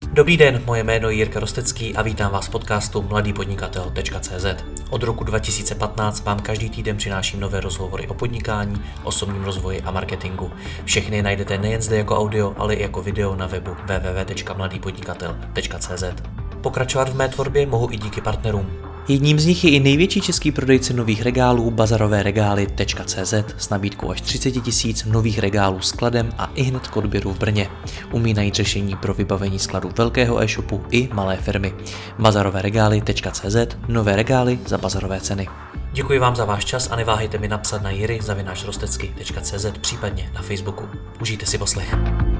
Dobrý den, moje jméno je Jirka Rostecký a vítám vás v podcastu mladýpodnikatel.cz. Od roku 2015 vám každý týden přináším nové rozhovory o podnikání, osobním rozvoji a marketingu. Všechny najdete nejen zde jako audio, ale i jako video na webu www.mladýpodnikatel.cz. Pokračovat v mé tvorbě mohu i díky partnerům. Jedním z nich je i největší český prodejce nových regálů bazaroveregály.cz s nabídkou až 30 000 nových regálů skladem a ihned k odběru v Brně. Umí najít řešení pro vybavení skladu velkého e-shopu i malé firmy. bazaroveregály.cz, nové regály za bazarové ceny. Děkuji vám za váš čas a neváhejte mi napsat na jiry@rostecky.cz, případně na Facebooku. Užijte si poslech.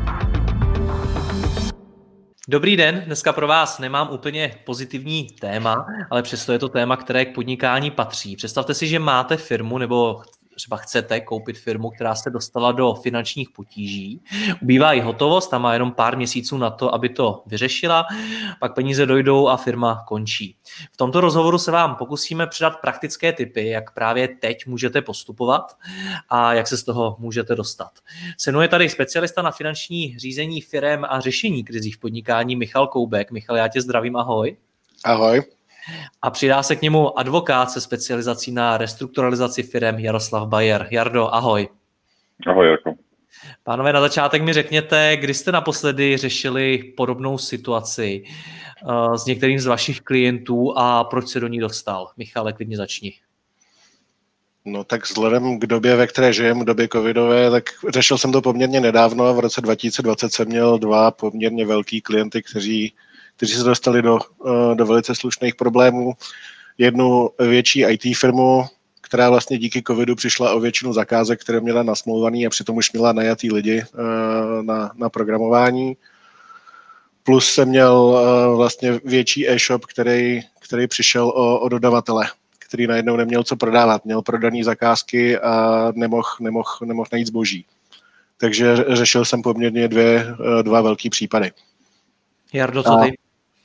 Dobrý den, dneska pro vás nemám úplně pozitivní téma, ale přesto je to téma, které k podnikání patří. Představte si, že máte firmu nebo třeba chcete koupit firmu, která se dostala do finančních potíží. Ubývá jí hotovost a má jenom pár měsíců na to, aby to vyřešila, pak peníze dojdou a firma končí. V tomto rozhovoru se vám pokusíme předat praktické tipy, jak právě teď můžete postupovat a jak se z toho můžete dostat. Se mnou je tady specialista na finanční řízení firem a řešení krizí v podnikání Michal Koubek. Michal, já tě zdravím, ahoj. Ahoj. A přidá se k němu advokát se specializací na restrukturalizaci firem Jaroslav Bajer. Jardo, ahoj. Ahoj, Jarko. Pánové, na začátek mi řekněte, kdy jste naposledy řešili podobnou situaci s některým z vašich klientů a proč se do ní dostal? Michale, klidně začni. No tak vzhledem k době, ve které žijeme, době covidové, tak řešil jsem to poměrně nedávno a v roce 2020 jsem měl dva poměrně velký klienty, kteří se dostali do velice slušných problémů. Jednu větší IT firmu, která vlastně díky covidu přišla o většinu zakázek, které měla nasmlouvaný a přitom už měla najatý lidi na programování. Plus jsem měl vlastně větší e-shop, který přišel o dodavatele, který najednou neměl co prodávat. Měl prodaný zakázky a nemohl najít zboží. Takže řešil jsem poměrně dva velký případy. Jardo, co ty?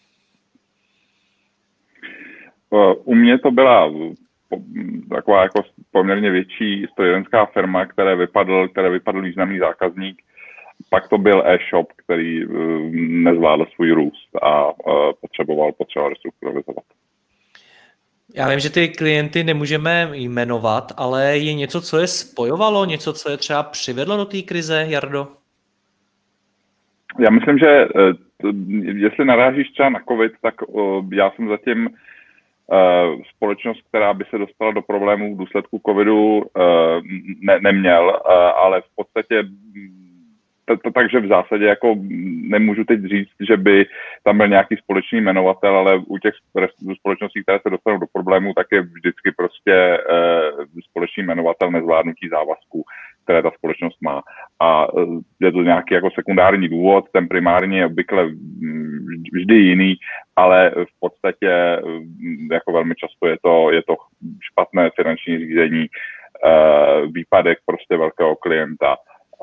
U mě to byla taková jako poměrně větší strojírenská firma, které vypadl významný zákazník. Pak to byl e-shop, který nezvládl svůj růst a potřeboval restrukturalizovat. Já vím, že ty klienty nemůžeme jmenovat, ale je něco, co je spojovalo, něco, co je třeba přivedlo do té krize, Jardo? Já myslím, že jestli narážíš třeba na COVID, tak já jsem zatím společnost, která by se dostala do problémů v důsledku covidu, neměl, ale v podstatě takže v zásadě jako nemůžu teď říct, že by tam byl nějaký společný jmenovatel, ale u těch společností, které se dostanou do problémů, tak je vždycky prostě společný jmenovatel nezvládnutí závazků, které ta společnost má. A je to nějaký jako sekundární důvod, ten primární je obvykle vždy jiný, ale v podstatě jako velmi často je to špatné finanční řízení, výpadek prostě velkého klienta,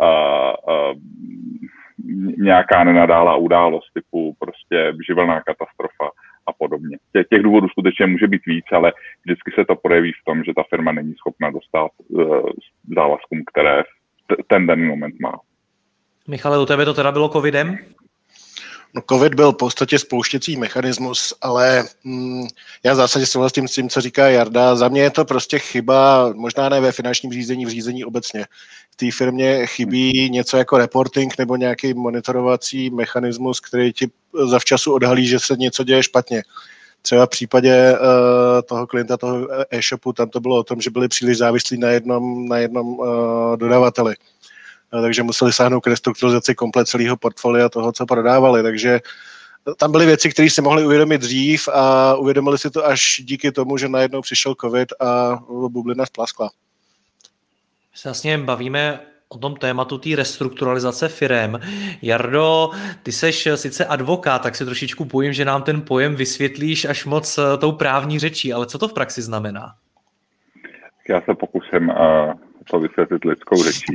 nějaká nenadálá událost typu prostě živelná katastrofa a podobně. Těch důvodů skutečně může být víc, ale vždycky se to projeví v tom, že ta firma není schopna dostat závazkům, které ten daný moment má. Michale, u tebe to teda bylo covidem? No, COVID byl v podstatě spouštěcí mechanismus, ale já v zásadě souhlasím s tím, co říká Jarda. Za mě je to prostě chyba, možná ne ve finančním řízení, v řízení obecně. V té firmě chybí něco jako reporting nebo nějaký monitorovací mechanismus, který ti zavčasu odhalí, že se něco děje špatně. Třeba v případě toho klienta, toho e-shopu, tam to bylo o tom, že byli příliš závislí na jednom dodavateli. Takže museli sáhnout k restrukturalizaci komplet celého portfolia toho, co prodávali. Takže tam byly věci, které si mohli uvědomit dřív a uvědomili si to až díky tomu, že najednou přišel covid a bublina splaskla. My se vlastně bavíme o tom tématu té restrukturalizace firem. Jardo, ty seš sice advokát, tak si trošičku bojím, že nám ten pojem vysvětlíš až moc tou právní řečí, ale co to v praxi znamená? Já se pokusím to vysvětlit lidskou řečí.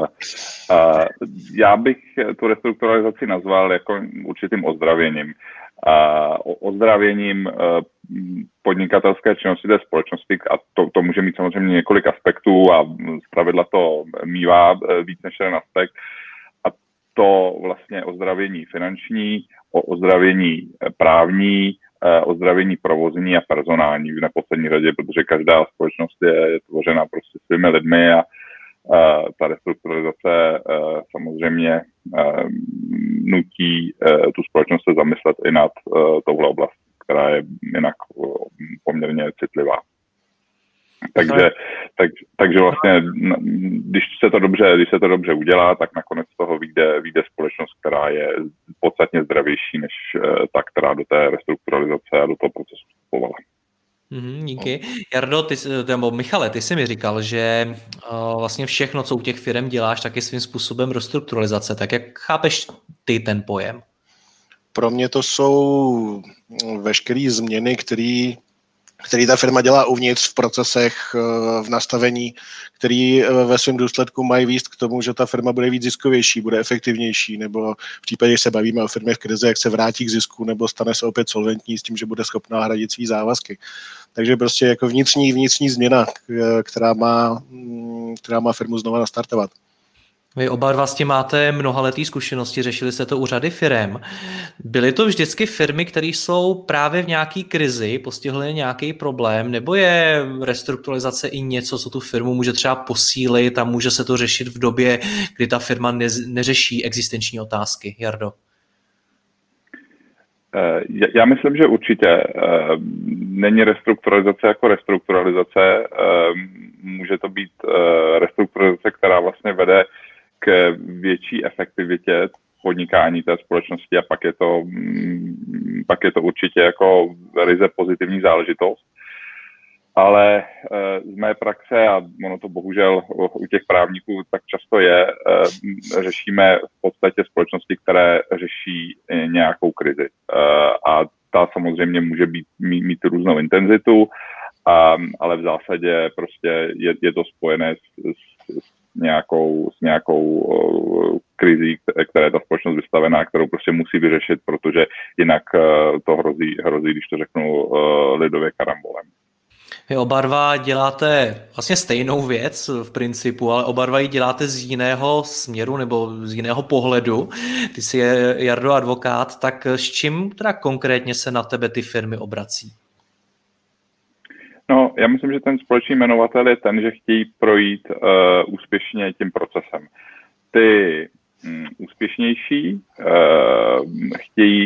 Já bych tu restrukturalizaci nazval jako určitým ozdravěním. Ozdravěním podnikatelské činnosti té společnosti a to může mít samozřejmě několik aspektů a zpravidla to mívá víc než jeden aspekt. A to vlastně ozdravění finanční, ozdravění právní, ozdravění provozní a personální v neposlední řadě, protože každá společnost je tvořena prostě svými lidmi a ta restrukturalizace samozřejmě nutí tu společnost se zamyslet i nad touhle oblastí, která je jinak poměrně citlivá. Takže vlastně, když se to dobře udělá, tak nakonec z toho vyjde společnost, která je podstatně zdravější než ta, která do té restrukturalizace a do toho procesu vstupovala. Díky. Jardo, Michale, ty jsi mi říkal, že vlastně všechno, co u těch firm děláš, tak je svým způsobem restrukturalizace. Tak jak chápeš ty ten pojem? Pro mě to jsou veškeré změny, který ta firma dělá uvnitř v procesech, v nastavení, který ve svém důsledku mají vést k tomu, že ta firma bude víc ziskovější, bude efektivnější, nebo v případě, že se bavíme o firmě v krizi, jak se vrátí k zisku, nebo stane se opět solventní s tím, že bude schopná hradit svý závazky. Takže prostě jako vnitřní změna, která má firmu znova nastartovat. Vy oba dva s tím máte mnohaletý zkušenosti, řešili jste to u řady firem. Byly to vždycky firmy, které jsou právě v nějaký krizi, postihly nějaký problém, nebo je restrukturalizace i něco, co tu firmu může třeba posílit a může se to řešit v době, kdy ta firma neřeší existenční otázky? Jardo? Já myslím, že určitě není restrukturalizace jako restrukturalizace. Může to být restrukturalizace, která vlastně vede k větší efektivitě podnikání té společnosti a pak je to určitě jako ryze pozitivní záležitost. Ale z mé praxe, a ono to bohužel u těch právníků tak často je, řešíme v podstatě společnosti, které řeší nějakou krizi. A ta samozřejmě může mít různou intenzitu, ale v zásadě prostě je to spojené s nějakou krizí, které ta společnost vystavená, kterou prostě musí vyřešit, protože jinak to hrozí, když to řeknu lidově, karambolem. Vy oba dva děláte vlastně stejnou věc v principu, ale oba dva ji děláte z jiného směru nebo z jiného pohledu. Ty jsi, Jardo, advokát, tak s čím teda konkrétně se na tebe ty firmy obrací? No, já myslím, že ten společný jmenovatel je ten, že chtějí projít úspěšně tím procesem. Ty úspěšnější chtějí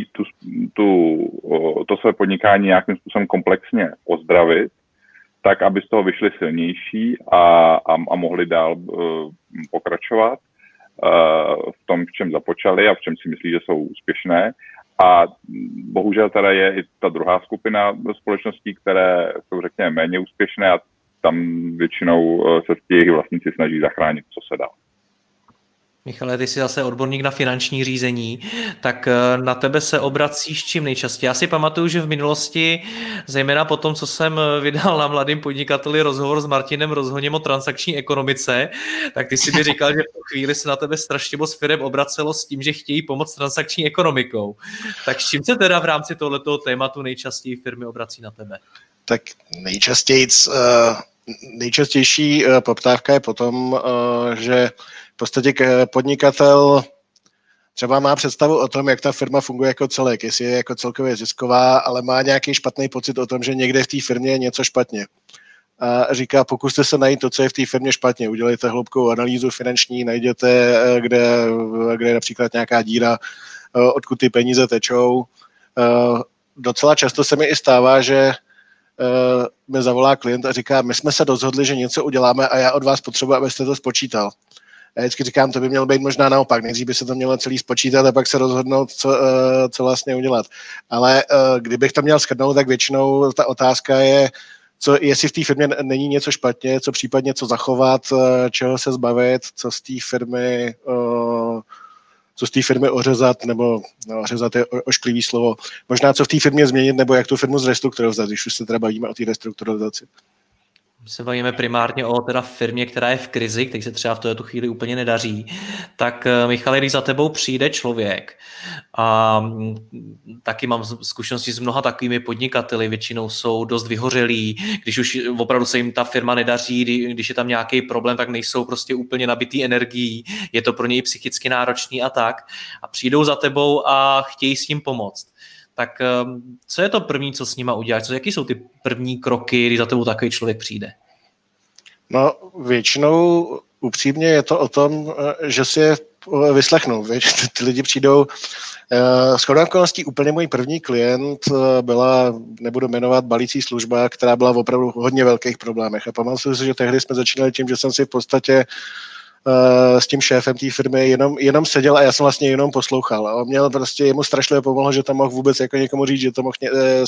to své podnikání nějakým způsobem komplexně ozdravit, tak, aby z toho vyšli silnější a mohli dál pokračovat v tom, v čem započali a v čem si myslí, že jsou úspěšné. A bohužel teda je i ta druhá skupina společností, které jsou, řekněme, méně úspěšné a tam většinou se těch vlastníci snaží zachránit, co se dá. Michale, ty jsi zase odborník na finanční řízení, tak na tebe se obracíš čím nejčastěji. Já si pamatuju, že v minulosti, zejména po tom, co jsem vydal na Mladým podnikateli rozhovor s Martinem Rozhoněm o transakční ekonomice, tak ty si mi říkal, že v tu chvíli se na tebe strašně moc firem obracelo s tím, že chtějí pomoct transakční ekonomikou. Tak s čím se teda v rámci tohletoho tématu nejčastěji firmy obrací na tebe? Tak nejčastější poptávka je potom, že v podstatě podnikatel třeba má představu o tom, jak ta firma funguje jako celek, jestli je jako celkově zisková, ale má nějaký špatný pocit o tom, že někde v té firmě je něco špatně. A říká, pokuste se najít to, co je v té firmě špatně. Udělejte hloubkovou analýzu finanční, najděte, kde je například nějaká díra, odkud ty peníze tečou. Docela často se mi i stává, že mi zavolá klient a říká, my jsme se rozhodli, že něco uděláme a já od vás potřebuji, abyste to spočítal. Já vždycky říkám, to by mělo být možná naopak. Nejdřív by se to mělo celý spočítat a pak se rozhodnout, co vlastně udělat. Ale kdybych to měl shrnout, tak většinou ta otázka je, jestli v té firmě není něco špatně, co případně co zachovat, čeho se zbavit, co z té firmy ořezat, nebo ořezat je ošklivý slovo. Možná co v té firmě změnit, nebo jak tu firmu zrestrukturalizovat, když už se teda bavíme o té restrukturalizaci. se bavíme primárně o teda firmě, která je v krizi, který se třeba v této chvíli úplně nedaří, tak Michale, když za tebou přijde člověk a taky mám zkušenosti s mnoha takovými podnikateli, většinou jsou dost vyhořelí, když už opravdu se jim ta firma nedaří, když je tam nějaký problém, tak nejsou prostě úplně nabitý energií, je to pro něj psychicky náročný a tak a přijdou za tebou a chtějí s ním pomoct. Tak co je to první, co s nima uděláš? Jaký jsou ty první kroky, když za tebou takový člověk přijde? No, většinou upřímně je to o tom, že si je vyslechnou. Ty lidi přijdou. Shodou okolností úplně můj první klient byla, nebudu jmenovat, balící služba, která byla v opravdu hodně velkých problémech. A pamatuju si, že tehdy jsme začínali tím, že jsem si v podstatě s tím šéfem té firmy jenom seděl a já jsem vlastně jenom poslouchal. A on měl prostě, jemu strašně pomohlo, že tam mohl vůbec jako někomu říct, že to mohl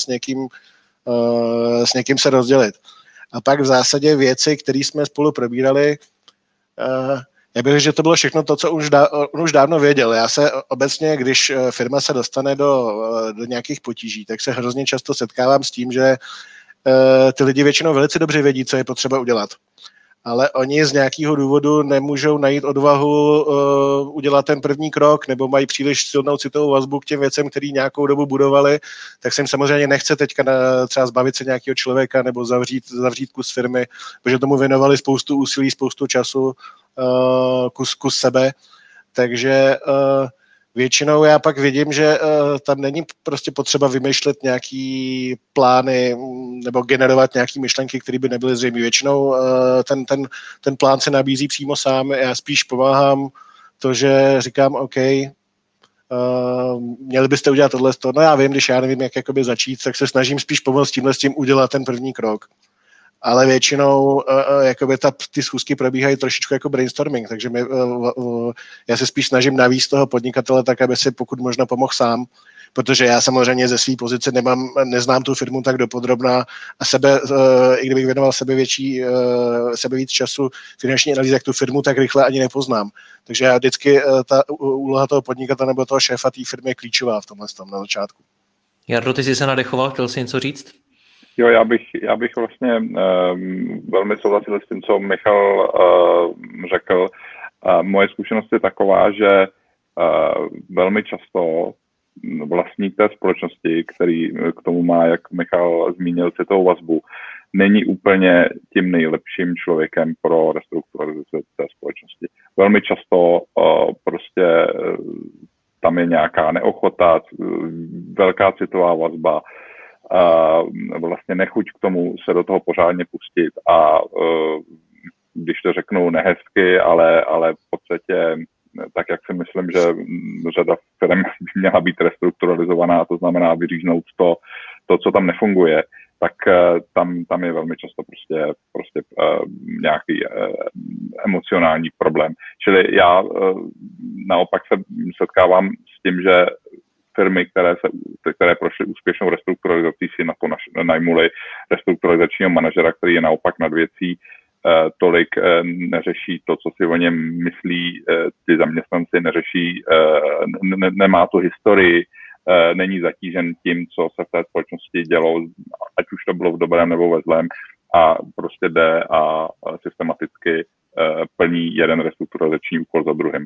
s někým se rozdělit. A pak v zásadě věci, které jsme spolu probírali, já bych řekl, že to bylo všechno to, co on už dávno věděl. Já se obecně, když firma se dostane do nějakých potíží, tak se hrozně často setkávám s tím, že ty lidi většinou velice dobře vědí, co je potřeba udělat. Ale oni z nějakého důvodu nemůžou najít odvahu udělat ten první krok, nebo mají příliš silnou citovou vazbu k těm věcem, který nějakou dobu budovali, tak se jim samozřejmě nechce teďka třeba zbavit se nějakého člověka nebo zavřít kus firmy, protože tomu věnovali spoustu úsilí, spoustu času, kus sebe. Takže většinou já pak vidím, že tam není prostě potřeba vymýšlet nějaký plány nebo generovat nějaké myšlenky, které by nebyly zřejmé. Většinou ten plán se nabízí přímo sám. Já spíš pomáhám to, že říkám, OK, měli byste udělat tohle. No já vím, když já nevím, jak jakoby začít, tak se snažím spíš pomoct tímhle s tím udělat ten první krok. Ale většinou jakoby ty schůzky probíhají trošičku jako brainstorming, takže já se spíš snažím navíc toho podnikatele tak, aby si pokud možno pomohl sám, protože já samozřejmě ze své pozice neznám tu firmu tak dopodrobná a i kdybych věnoval sebe víc času finanční analýze, jak tu firmu tak rychle ani nepoznám. Takže já vždycky ta úloha toho podnikatele nebo toho šéfa té firmy je klíčová v tomhle na začátku. Jardo, ty jsi se nadechoval, chtěl jsi něco říct? Jo, já bych vlastně velmi souhlasil s tím, co Michal řekl. Moje zkušenost je taková, že velmi často vlastník té společnosti, který k tomu má, jak Michal zmínil, citovou vazbu, není úplně tím nejlepším člověkem pro restrukturalizaci té společnosti. Velmi často prostě tam je nějaká neochota, velká citová vazba, vlastně nechuť k tomu se do toho pořádně pustit a když to řeknu nehezky, ale v podstatě tak, jak si myslím, že řada firm by měla být restrukturalizovaná, to znamená vyříznout to, co tam nefunguje, tak tam je velmi často prostě nějaký emocionální problém. Čili já naopak se setkávám s tím, že firmy, které prošly úspěšnou restrukturalizací, si na to najmuli restrukturalizačního manažera, který je naopak nad věcí, tolik neřeší to, co si o něm myslí ty zaměstnanci, neřeší, nemá tu historii, není zatížen tím, co se v té společnosti dělo, ať už to bylo v dobrém nebo ve zlém, a prostě jde a systematicky plní jeden restrukturalizační úkol za druhým.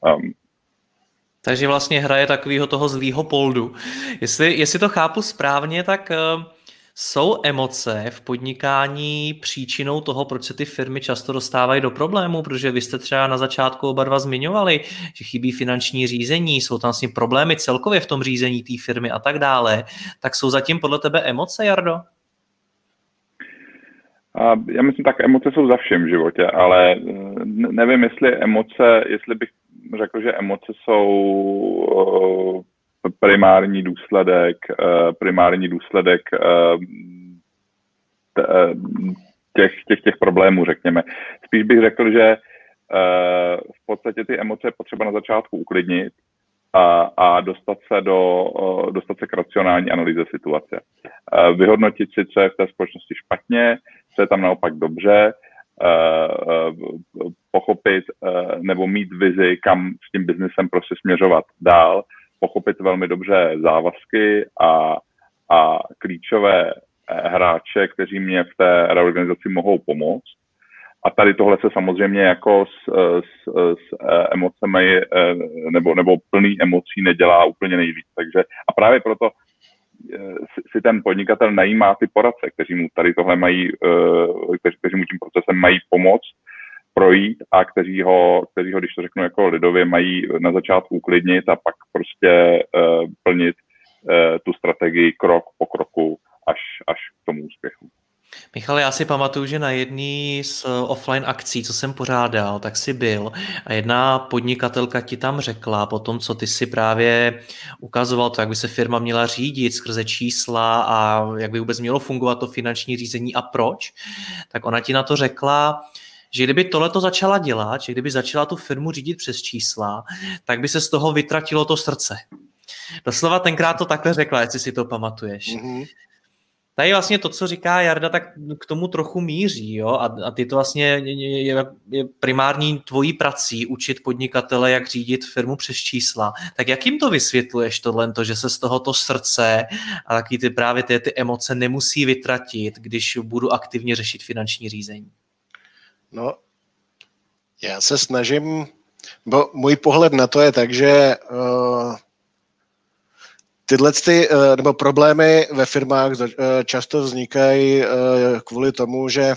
Takže vlastně hraje takového toho zlýho poldu. Jestli to chápu správně, tak jsou emoce v podnikání příčinou toho, proč se ty firmy často dostávají do problémů, protože vy jste třeba na začátku oba dva zmiňovali, že chybí finanční řízení, jsou tam vlastně problémy celkově v tom řízení té firmy a tak dále. Tak jsou zatím podle tebe emoce, Jardo? Já myslím, tak emoce jsou za všem v životě, ale nevím, jestli bych řekl, že emoce jsou primární důsledek těch problémů, řekněme. Spíš bych řekl, že v podstatě ty emoce je potřeba na začátku uklidnit a dostat se k racionální analýze situace. Vyhodnotit si, co je v té společnosti špatně, co je tam naopak dobře, pochopit nebo mít vizi, kam s tím biznesem prostě směřovat dál, pochopit velmi dobře závazky a klíčové hráče, kteří mě v té reorganizaci mohou pomoct. A tady tohle se samozřejmě jako s emocemi nebo plný emocí nedělá úplně nejvíc. Takže, a právě proto si ten podnikatel najímá ty poradce, kteří mu tady tohle mají, kteří mu tím procesem mají pomoct projít a kteří ho, když to řeknu jako lidově, mají na začátku uklidnit a pak prostě plnit tu strategii krok po kroku až k tomu úspěchu. Michale, já si pamatuju, že na jedné z offline akcí, co jsem pořádal, tak si byl a jedna podnikatelka ti tam řekla po tom, co ty si právě ukazoval, to, jak by se firma měla řídit skrze čísla a jak by vůbec mělo fungovat to finanční řízení a proč, tak ona ti na to řekla, že kdyby tohleto začala dělat, že kdyby začala tu firmu řídit přes čísla, tak by se z toho vytratilo to srdce. Doslova tenkrát to takhle řekla, jestli si to pamatuješ. Mm-hmm. Tady vlastně to, co říká Jarda, tak k tomu trochu míří, jo? A ty to vlastně je primární tvojí prací učit podnikatele, jak řídit firmu přes čísla. Tak jak jim to vysvětluješ tohleto, že se z tohoto srdce a taky ty emoce nemusí vytratit, když budu aktivně řešit finanční řízení? No, já se snažím, bo můj pohled na to je tak, že tyhle nebo problémy ve firmách často vznikají kvůli tomu, že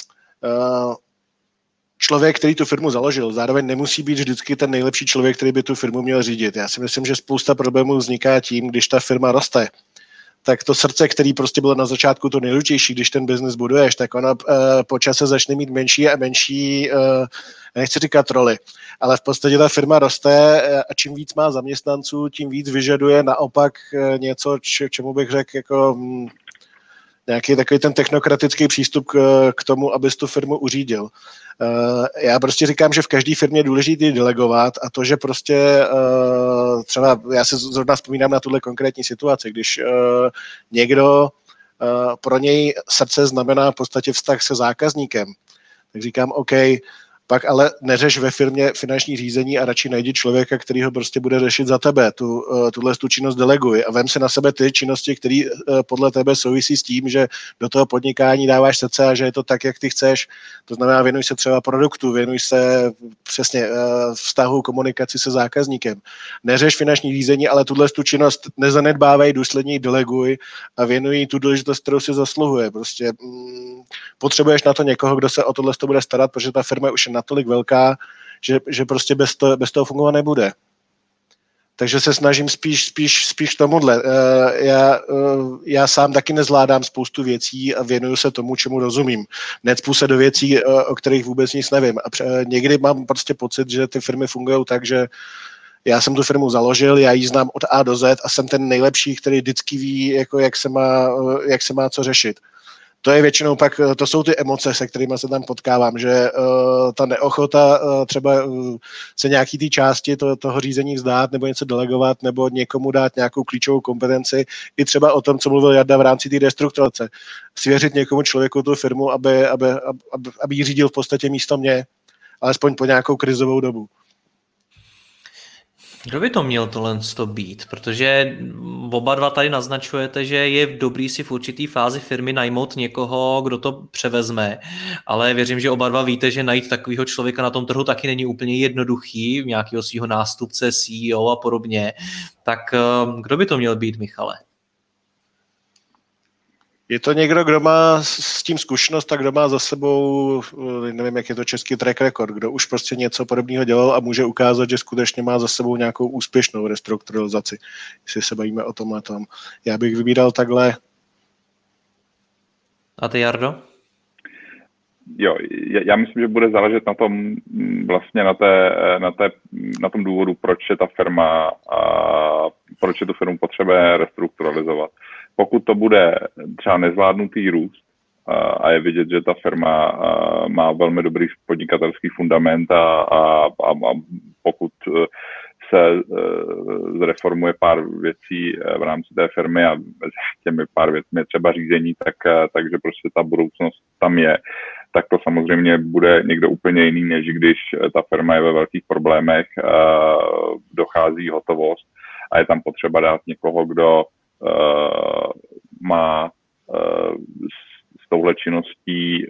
člověk, který tu firmu založil, zároveň nemusí být vždycky ten nejlepší člověk, který by tu firmu měl řídit. Já si myslím, že spousta problémů vzniká tím, když ta firma roste. Tak to srdce, který prostě bylo na začátku to nejdůležitější, když ten biznis buduješ, tak ona po čase začne mít menší a menší, nechci říkat roli, ale v podstatě ta firma roste a čím víc má zaměstnanců, tím víc vyžaduje naopak něco, čemu bych řekl jako nějaký takový ten technokratický přístup k tomu, abys tu firmu uřídil. Já prostě říkám, že v každé firmě je důležité delegovat a to, že prostě třeba, já se zrovna vzpomínám na tuhle konkrétní situaci, když někdo pro něj srdce znamená v podstatě vztah se zákazníkem, tak říkám, OK, pak ale neřeš ve firmě finanční řízení a radši najdi člověka, který ho prostě bude řešit za tebe. Tuhle činnost deleguj a vem si na sebe ty činnosti, které podle tebe souvisí s tím, že do toho podnikání dáváš srdce a že je to tak, jak ty chceš. To znamená, věnuj se třeba produktu, věnuj se přesně vztahu, komunikaci se zákazníkem. Neřeš finanční řízení, ale tuhle činnost nezanedbávej, důsledně deleguj a věnuj tu důležitost, kterou si zasluhuje. Prostě potřebuješ na to někoho, kdo se o tohle bude starat, protože ta firma už je natolik velká, že prostě bez toho fungovat nebude. Takže se snažím spíš tomuhle. Já sám taky nezvládám spoustu věcí a věnuju se tomu, čemu rozumím. Necpu se do věcí, o kterých vůbec nic nevím. A někdy mám prostě pocit, že ty firmy fungují tak, že já jsem tu firmu založil, já ji znám od A do Z a jsem ten nejlepší, který vždycky ví, jako jak se má co řešit. To je většinou pak, to jsou ty emoce, se kterými se tam potkávám, že ta neochota třeba se nějaký té části toho řízení vzdát nebo něco delegovat nebo někomu dát nějakou klíčovou kompetenci, i třeba o tom, co mluvil Jarda v rámci té restrukturalizace. Svěřit někomu člověku tu firmu, aby ji řídil v podstatě místo mě, alespoň po nějakou krizovou dobu. Kdo by to měl tohle být? Protože oba dva tady naznačujete, že je dobrý si v určitý fázi firmy najmout někoho, kdo to převezme, ale věřím, že oba dva víte, že najít takového člověka na tom trhu taky není úplně jednoduchý, nějakého svého nástupce, CEO a podobně. Tak kdo by to měl být, Michale? Je to někdo, kdo má s tím zkušenost a kdo má za sebou, nevím, jak je to český track record, kdo už prostě něco podobného dělal a může ukázat, že skutečně má za sebou nějakou úspěšnou restrukturalizaci, jestli se bavíme o tomhle tom. Já bych vybíral takhle. A ty, Jardo? Jo, já myslím, že bude záležet na tom vlastně na tom důvodu, proč je ta firma proč je tu firmu potřebuje restrukturalizovat. Pokud to bude třeba nezvládnutý růst a je vidět, že ta firma má velmi dobrý podnikatelský fundament a pokud se zreformuje pár věcí v rámci té firmy a mezi těmi pár věcmi je třeba řízení, takže prostě ta budoucnost tam je, tak to samozřejmě bude někdo úplně jiný, než když ta firma je ve velkých problémech, dochází hotovost a je tam potřeba dát někoho, kdo má touhle činností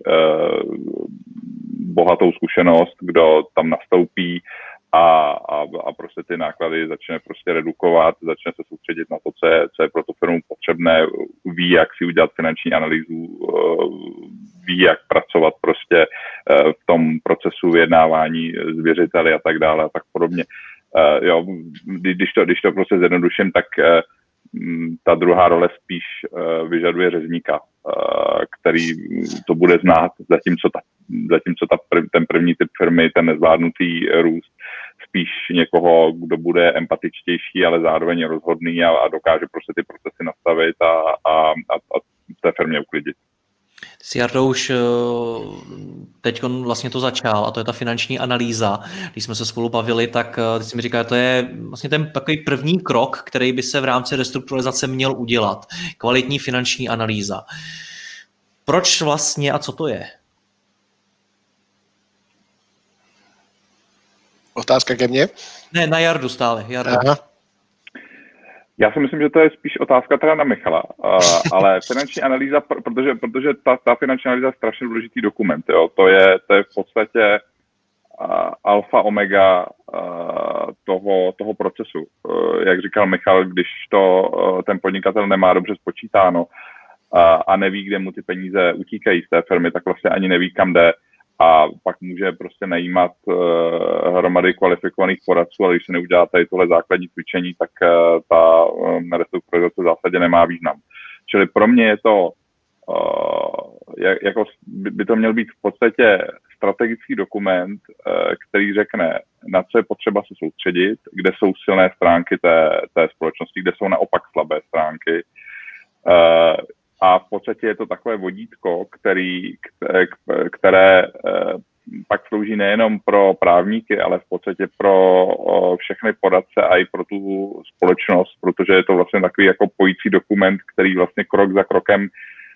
bohatou zkušenost, kdo tam nastoupí a prostě ty náklady začne prostě redukovat, začne se soustředit na to, co je pro tu firmu potřebné, ví, jak si udělat finanční analýzu, ví, jak pracovat prostě v tom procesu vyjednávání s věřiteli a tak dále a tak podobně. Jo, když to prostě zjednoduším, tak ta druhá role spíš vyžaduje řezníka, který to bude znát, zatímco ten první typ firmy, ten nezvládnutý růst, spíš někoho, kdo bude empatičtější, ale zároveň rozhodný a dokáže prostě ty procesy nastavit a v té firmě uklidit. Ty jsi, Jardo, už teď vlastně to začal a to je ta finanční analýza. Když jsme se spolu bavili, tak ty jsi mi říkal, že to je vlastně ten takový první krok, který by se v rámci restrukturalizace měl udělat. Kvalitní finanční analýza. Proč vlastně a co to je? Otázka ke mně? Ne, na Jardu stále. Jarda. Aha. Já si myslím, že to je spíš otázka teda na Michala, ale finanční analýza, protože ta finanční analýza je strašně důležitý dokument. Jo. To je v podstatě alfa omega toho procesu. Jak říkal Michal, když to ten podnikatel nemá dobře spočítáno a neví, kde mu ty peníze utíkají z té firmy, tak vlastně ani neví, kam jde. A pak může prostě najímat hromady kvalifikovaných poradců, ale když se neudělá tady tohle základní cvičení, tak ta restrukturalizace v zásadě nemá význam. Čili pro mě je to, jako by to měl být v podstatě strategický dokument, který řekne, na co je potřeba se soustředit, kde jsou silné stránky té společnosti, kde jsou naopak slabé stránky. A v podstatě je to takové vodítko, které pak slouží nejenom pro právníky, ale v podstatě pro všechny poradce a i pro tu společnost, protože je to vlastně takový jako pojící dokument, který vlastně krok za krokem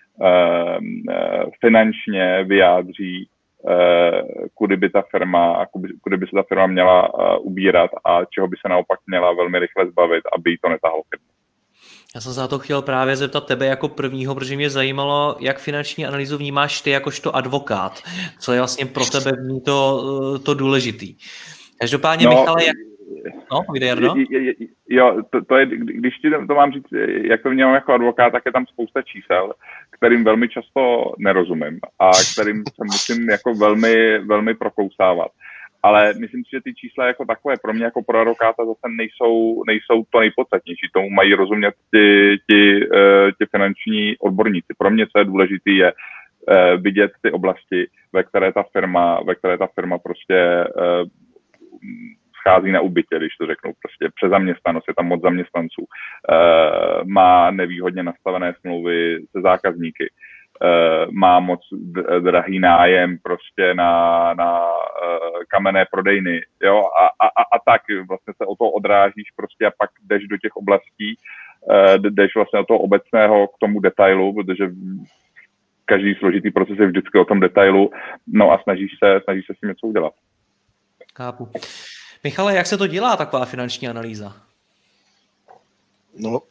finančně vyjádří, kudy by se ta firma měla ubírat a čeho by se naopak měla velmi rychle zbavit, aby jí to netahlo firmu. Já jsem se na to chtěl právě zeptat tebe jako prvního, protože mě zajímalo, jak finanční analýzu vnímáš ty jakožto advokát. Co je vlastně pro tebe v ní to důležitý. Každopádně, Michale, jak... No, kde Jardo? Jo, to je, když ti to mám říct, jak to vnímám jako advokát, tak je tam spousta čísel, kterým velmi často nerozumím a kterým se musím jako velmi, velmi prokousávat. Ale myslím si, že ty čísla jako takové pro mě jako pro advokáta zase nejsou to nejpodstatnější. Tomu mají rozumět ti finanční odborníci. Pro mě, co je důležité, je vidět ty oblasti, ve které ta firma prostě schází na úbytě, když to řeknu. Prostě přezaměstnanost, je tam moc zaměstnanců. Má nevýhodně nastavené smlouvy se zákazníky. Má moc drahý nájem prostě na kamenné prodejny, jo, a tak vlastně se o to odrážíš prostě a pak jdeš do těch oblastí, jdeš vlastně od toho obecného k tomu detailu, protože každý složitý proces je vždycky o tom detailu, no a snažíš se s tím něco udělat. Chápu. Michale, jak se to dělá, taková finanční analýza? No,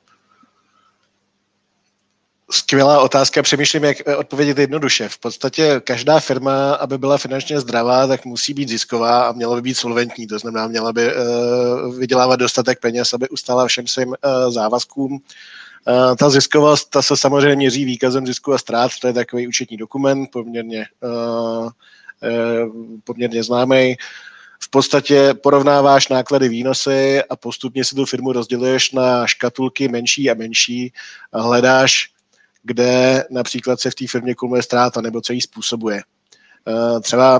skvělá otázka, přemýšlím, jak odpovědět jednoduše. V podstatě každá firma, aby byla finančně zdravá, tak musí být zisková a měla by být solventní, to znamená, měla by vydělávat dostatek peněz, aby ustála všem svým závazkům. Ta ziskovost, ta se samozřejmě měří výkazem zisku a ztrát, to je takový účetní dokument, poměrně známý. V podstatě porovnáváš náklady, výnosy a postupně si tu firmu rozděluješ na škatulky menší a menší a hledáš, kde například se v té firmě kumuluje ztráta nebo co jí způsobuje. Třeba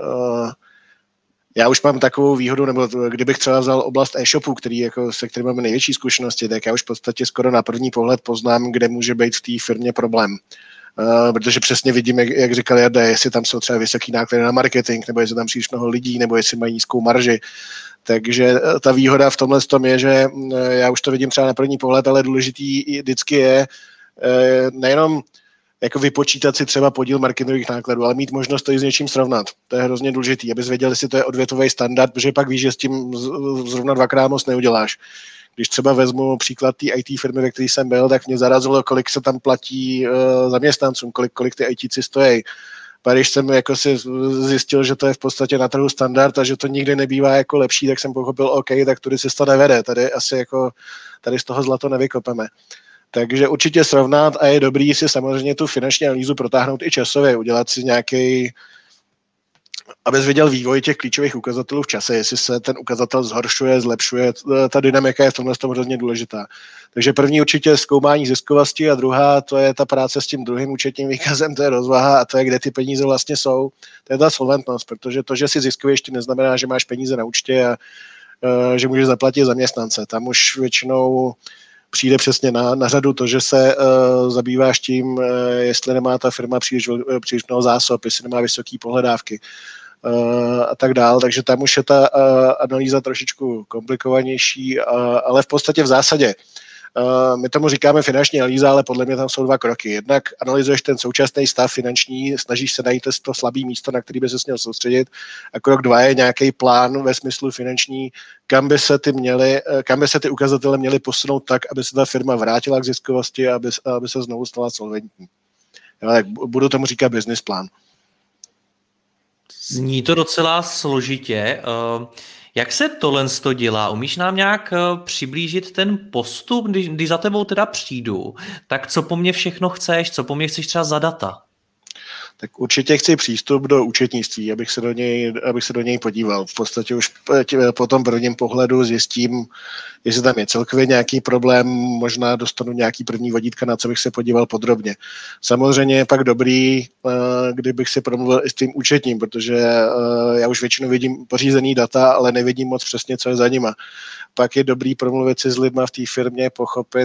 já už mám takovou výhodu, nebo kdybych třeba vzal oblast e-shopu, se kterým máme největší zkušenosti, tak já už v podstatě skoro na první pohled poznám, kde může být v té firmě problém. Protože přesně vidím, jak říkal Jarda, jestli tam jsou třeba vysoký náklady na marketing, nebo jestli tam příliš mnoho lidí, nebo jestli mají nízkou marži. Takže ta výhoda v tomhle tom je, že já už to vidím třeba na první pohled, ale důležitý vždycky je nejenom jako vypočítat si třeba podíl marketingových nákladů, ale mít možnost to i s něčím srovnat. To je hrozně důležitý, abys věděl, jestli to je odvětvový standard, protože pak víš, že s tím zrovna dvakrát moc neuděláš. Když třeba vezmu příklad té IT firmy, ve které jsem byl, tak mě zarazilo, kolik se tam platí zaměstnancům, kolik ty ITci stojí. A když jsem jako si zjistil, že to je v podstatě na trhu standard a že to nikdy nebývá jako lepší, tak jsem pochopil, OK, tak tudy cesta nevede. Tady z toho zlato nevykopeme. Takže určitě srovnat a je dobrý si samozřejmě tu finanční analýzu protáhnout i časově, udělat si nějaký, abys viděl vývoj těch klíčových ukazatelů v čase, jestli se ten ukazatel zhoršuje, zlepšuje, ta dynamika je v tomhle hrozně důležitá. Takže první určitě zkoumání ziskovosti a druhá, to je ta práce s tím druhým účetním výkazem, to je rozvaha a to je, kde ty peníze vlastně jsou. To je ta solventnost, protože to, že si ziskový, ještě neznamená, že máš peníze na účtě a že můžeš zaplatit zaměstnance. Tam už většinou přijde přesně na řadu to, že se zabýváš tím, jestli nemá ta firma příliš mnoho zásob, jestli nemá vysoké pohledávky a tak dál. Takže tam už je ta analýza trošičku komplikovanější, ale v podstatě v zásadě my tomu říkáme finanční analýza, ale podle mě tam jsou dva kroky. Jednak analyzuješ ten současný stav finanční, snažíš se najít to slabé místo, na který by se měl soustředit. A krok 2 je nějaký plán ve smyslu finanční, kam by se ty ukazatele měly posunout tak, aby se ta firma vrátila k ziskovosti a aby se znovu stala solventní. Tak budu tomu říkat business plán. Zní to docela složitě. Jak se tohle dělá? Umíš nám nějak přiblížit ten postup, když za tebou teda přijdu? Tak co po mně všechno chceš? Co po mně chceš třeba za data? Tak určitě chci přístup do účetnictví, abych se do něj podíval. V podstatě už po tom prvním pohledu zjistím, jestli tam je celkově nějaký problém, možná dostanu nějaký první vodítka, na co bych se podíval podrobně. Samozřejmě je pak dobrý, kdybych si promluvil i s tím účetním, protože já už většinou vidím pořízený data, ale nevidím moc přesně, co je za nima. Pak je dobrý promluvit si s lidma v té firmě, pochopit,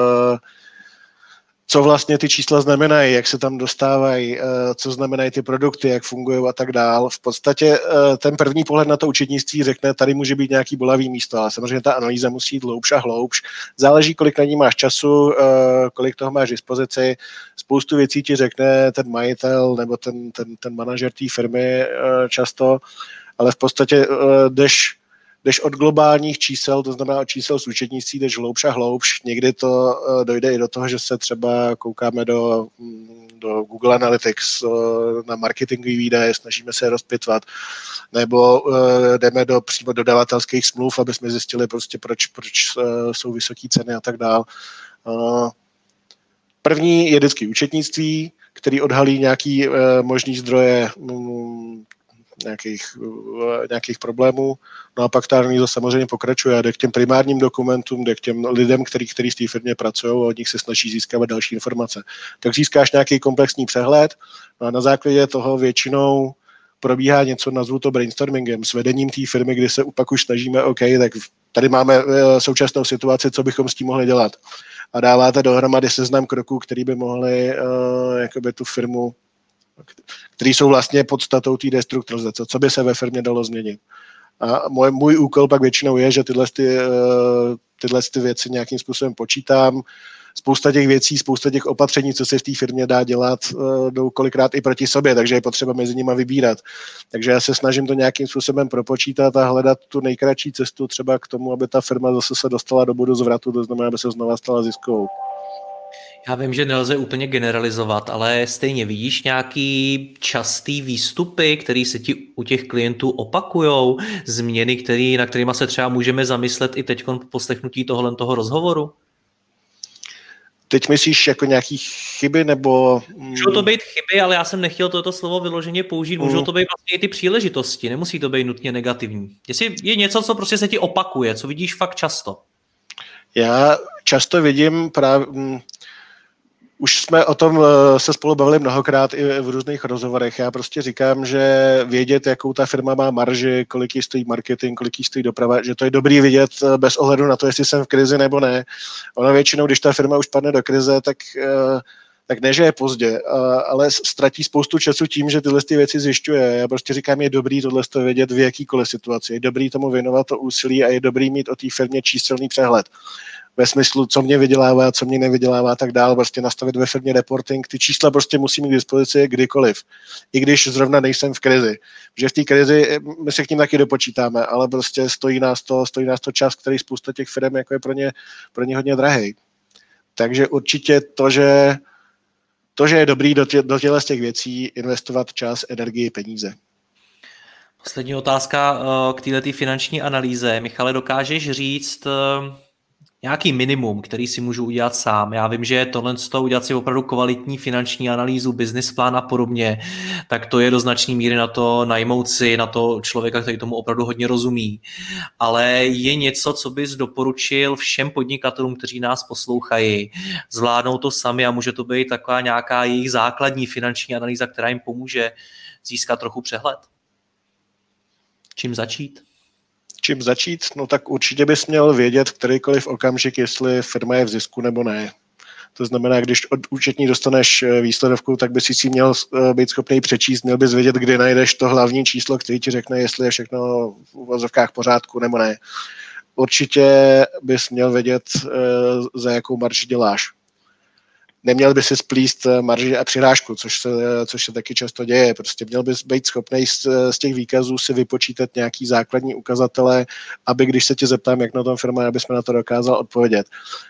co vlastně ty čísla znamenají, jak se tam dostávají, co znamenají ty produkty, jak fungují a tak dál. V podstatě ten první pohled na to účetnictví řekne, tady může být nějaký bolavý místo, ale samozřejmě ta analýza musí jít hloubš a hloubš. Záleží, kolik na ní máš času, kolik toho máš dispozici. Spoustu věcí ti řekne ten majitel nebo ten manažer té firmy často, ale v podstatě jdeš od globálních čísel, to znamená od čísel z účetnictví, jdeš hloubš a hloubš. Někdy to dojde i do toho, že se třeba koukáme do Google Analytics na marketingový výdaje, snažíme se je rozpitvat, nebo jdeme do přímo dodavatelských smluv, aby jsme zjistili prostě, proč jsou vysoké ceny a tak dál. První je vždycky účetnictví, který odhalí nějaký možný zdroje nějakých problémů. No a pak ta analýza samozřejmě pokračuje, jde k těm primárním dokumentům, jde k těm lidem, kteří v té firmě pracují a od nich se snaží získávat další informace. Tak získáš nějaký komplexní přehled no a na základě toho většinou probíhá něco, nazvu to brainstormingem, s vedením té firmy, kdy se pak už snažíme, OK, tak tady máme současnou situaci, co bychom s tím mohli dělat. A dáváte dohromady seznam kroků, který by mohli jakoby tu firmu, který jsou vlastně podstatou té destrukturalizace, co by se ve firmě dalo změnit. A můj úkol pak většinou je, že tyhle věci nějakým způsobem počítám. Spousta těch věcí, spousta těch opatření, co se v té firmě dá dělat, jdou kolikrát i proti sobě, takže je potřeba mezi nimi vybírat. Takže já se snažím to nějakým způsobem propočítat a hledat tu nejkratší cestu třeba k tomu, aby ta firma zase se dostala do bodu zvratu, to znamená, aby se znova stala ziskovou. Já vím, že nelze úplně generalizovat, ale stejně vidíš nějaký častý výstupy, které se ti u těch klientů opakujou, změny, na kterýma se třeba můžeme zamyslet i teď po poslechnutí toho rozhovoru? Teď myslíš jako nějaký chyby, nebo... Můžou to být chyby, ale já jsem nechtěl toto slovo vyloženě použít. Můžou to být vlastně i ty příležitosti, nemusí to být nutně negativní. Jestli je něco, co prostě se ti opakuje, co vidíš fakt často? Já často vidím právě... Už jsme o tom se spolu bavili mnohokrát i v různých rozhovorech. Já prostě říkám, že vědět, jakou ta firma má marži, kolik jí stojí marketing, kolik jí stojí doprava, že to je dobrý vidět bez ohledu na to, jestli jsem v krizi nebo ne. Ono většinou, když ta firma už padne do krize, tak ne, že je pozdě, ale ztratí spoustu času tím, že tyhle věci zjišťuje. Já prostě říkám, je dobrý tohle vědět v jakýkoliv situaci. Je dobrý tomu věnovat to úsilí a je dobrý mít o té firmě číselný přehled. ve smyslu, co mě vydělává, co mě nevydělává a tak dál, prostě nastavit ve firmě reporting, ty čísla prostě musí mít k dispozici kdykoliv, i když zrovna nejsem v krizi. Že v té krizi my se k ním taky dopočítáme, ale prostě stojí nás to čas, který spousta těch firm jako je pro ně hodně drahý. Takže určitě to, že je dobrý do těchto z těch věcí investovat čas, energii, peníze. Poslední otázka k této finanční analýze. Michale, dokážeš říct nějaký minimum, který si můžu udělat sám? Já vím, že tohle udělat si opravdu kvalitní finanční analýzu, business plán a podobně, tak to je do značné míry na to najmout si na to člověka, který tomu opravdu hodně rozumí. Ale je něco, co bys doporučil všem podnikatelům, kteří nás poslouchají, zvládnou to sami a může to být taková nějaká jejich základní finanční analýza, která jim pomůže získat trochu přehled? Čím začít? No tak určitě bys měl vědět v kterýkoliv okamžik, jestli firma je v zisku nebo ne. To znamená, když od účetní dostaneš výsledovku, tak bys si měl být schopný přečíst, měl bys vědět, kdy najdeš to hlavní číslo, který ti řekne, jestli je všechno v uvozovkách v pořádku nebo ne. Určitě bys měl vědět, za jakou marži děláš. Neměl by si splíst marži a přirážku, což se taky často děje. Prostě měl bys být schopný z těch výkazů si vypočítat nějaký základní ukazatele, aby když se tě zeptám, jak na tom firma, abys mi na to dokázal odpovědět.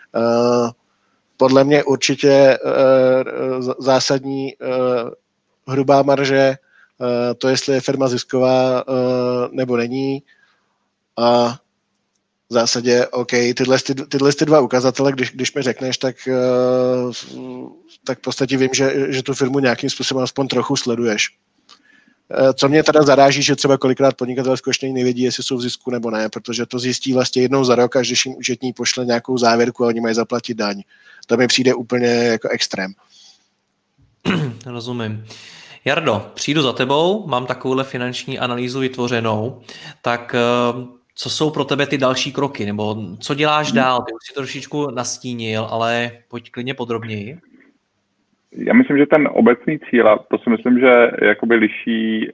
Podle mě určitě zásadní hrubá marže, to, jestli je firma zisková nebo není. A v zásadě, OK, tyhle dva ukazatele, když mi řekneš, tak v podstatě vím, že tu firmu nějakým způsobem aspoň trochu sleduješ. Co mě teda zaráží, že třeba kolikrát podnikatelé zkušení nevědí, jestli jsou v zisku nebo ne, protože to zjistí vlastně jednou za rok, až když jim účetní pošle nějakou závěrku a oni mají zaplatit daň. To mi přijde úplně jako extrém. Rozumím. Jardo, přijdu za tebou, mám takovouhle finanční analýzu vytvořenou, tak co jsou pro tebe ty další kroky, nebo co děláš dál? Ty už si to trošičku nastínil, ale pojď klidně podrobněji. Já myslím, že ten obecný cíl, a to si myslím, že jakoby liší,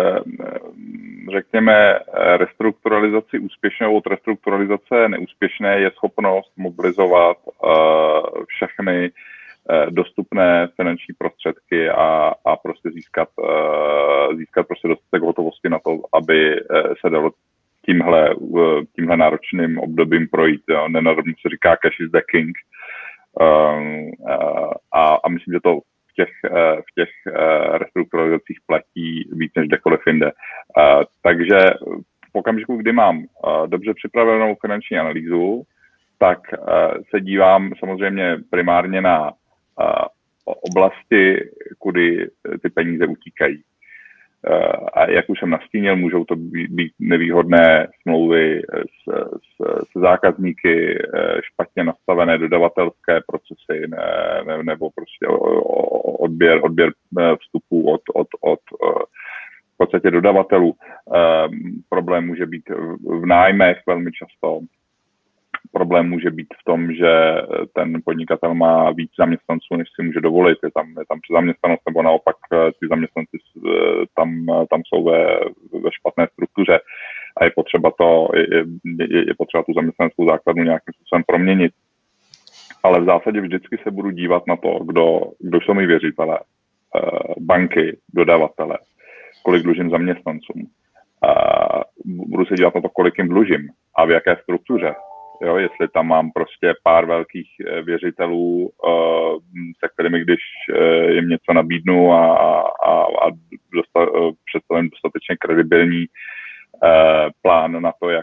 řekněme, restrukturalizaci úspěšnou od restrukturalizace neúspěšné, je schopnost mobilizovat všechny dostupné finanční prostředky a prostě získat prostě dostatek hotovosti na to, aby se dalo tímhle náročným obdobím projít. Nenadarmo se říká cash is the king. A myslím, že to v těch restrukturalizacích platí víc než kdekoliv jinde. Takže v okamžiku, kdy mám dobře připravenou finanční analýzu, tak se dívám samozřejmě primárně na oblasti, kudy ty peníze utíkají. A jak už jsem nastínil, můžou to být nevýhodné smlouvy s zákazníky, špatně nastavené dodavatelské procesy nebo prostě odběr vstupů od v podstatě dodavatelů. Problém může být v nájmech velmi často. Problém může být v tom, že ten podnikatel má víc zaměstnanců, než si může dovolit. Je tam přezaměstnanost, nebo naopak ty zaměstnanci tam jsou ve špatné struktuře a je potřeba tu zaměstnaneckou základnu nějakým způsobem proměnit. Ale v zásadě vždycky se budu dívat na to, kdo jsou mi věřitelé, banky, dodavatele, kolik dlužím zaměstnancům. Budu se dívat na to, kolik jim dlužím a v jaké struktuře. Jo, jestli tam mám prostě pár velkých věřitelů, se kterými když jim něco nabídnu a představím dostatečně kredibilní plán na to, jak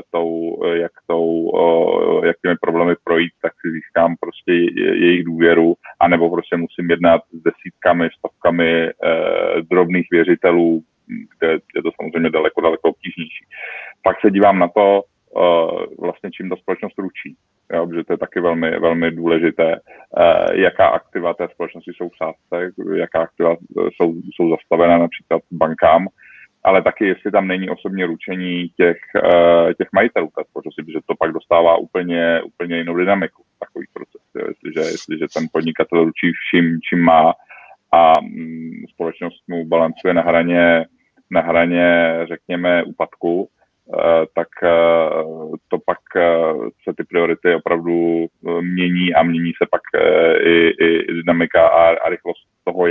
těmi problémy projít, tak si získám prostě jejich důvěru, anebo prostě musím jednat s desítkami, stovkami drobných věřitelů, kde je to samozřejmě daleko obtížnější. Pak se dívám na to, vlastně čím ta společnost ručí. Jo, protože to je taky velmi, velmi důležité, jaká aktiva té společnosti jsou v sázce, jaká aktiva jsou zastavená například bankám, ale taky jestli tam není osobní ručení těch majitelů té společnosti, protože to pak dostává úplně jinou dynamiku, takový proces. Jo, jestliže ten podnikatel ručí vším, čím má a společnost mu balancuje na hraně, řekněme, úpadku, tak to pak se ty priority opravdu mění a mění se pak i dynamika a rychlost toho,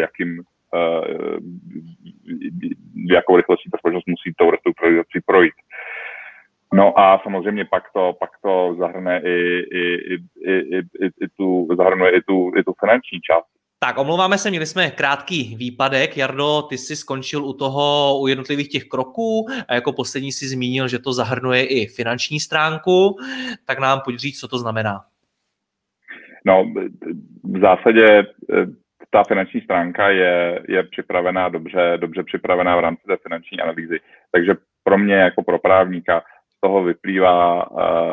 jakou rychlostí ta společnost musí tou restrukturalizací projít. No a samozřejmě pak to zahrne zahrnuje i tu finanční část. Tak, omlouváme se, měli jsme krátký výpadek. Jardo, ty jsi skončil u jednotlivých těch kroků a jako poslední si zmínil, že to zahrnuje i finanční stránku, tak nám pojď říct, co to znamená. No, v zásadě ta finanční stránka je připravená dobře připravená v rámci té finanční analýzy. Takže pro mě jako pro právníka z toho vyplývá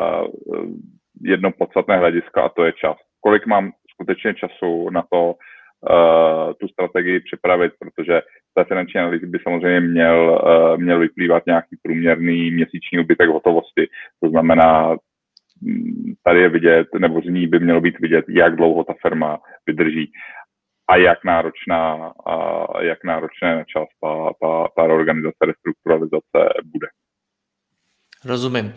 jedno podstatné hledisko a to je čas. Kolik mám skutečně času na to tu strategii připravit, protože z té finanční analýzy by samozřejmě měl vyplývat nějaký průměrný měsíční úbytek hotovosti. To znamená, tady je vidět, nebo z ní by mělo být vidět, jak dlouho ta firma vydrží a jak náročné na čas ta reorganizace, restrukturalizace bude. Rozumím.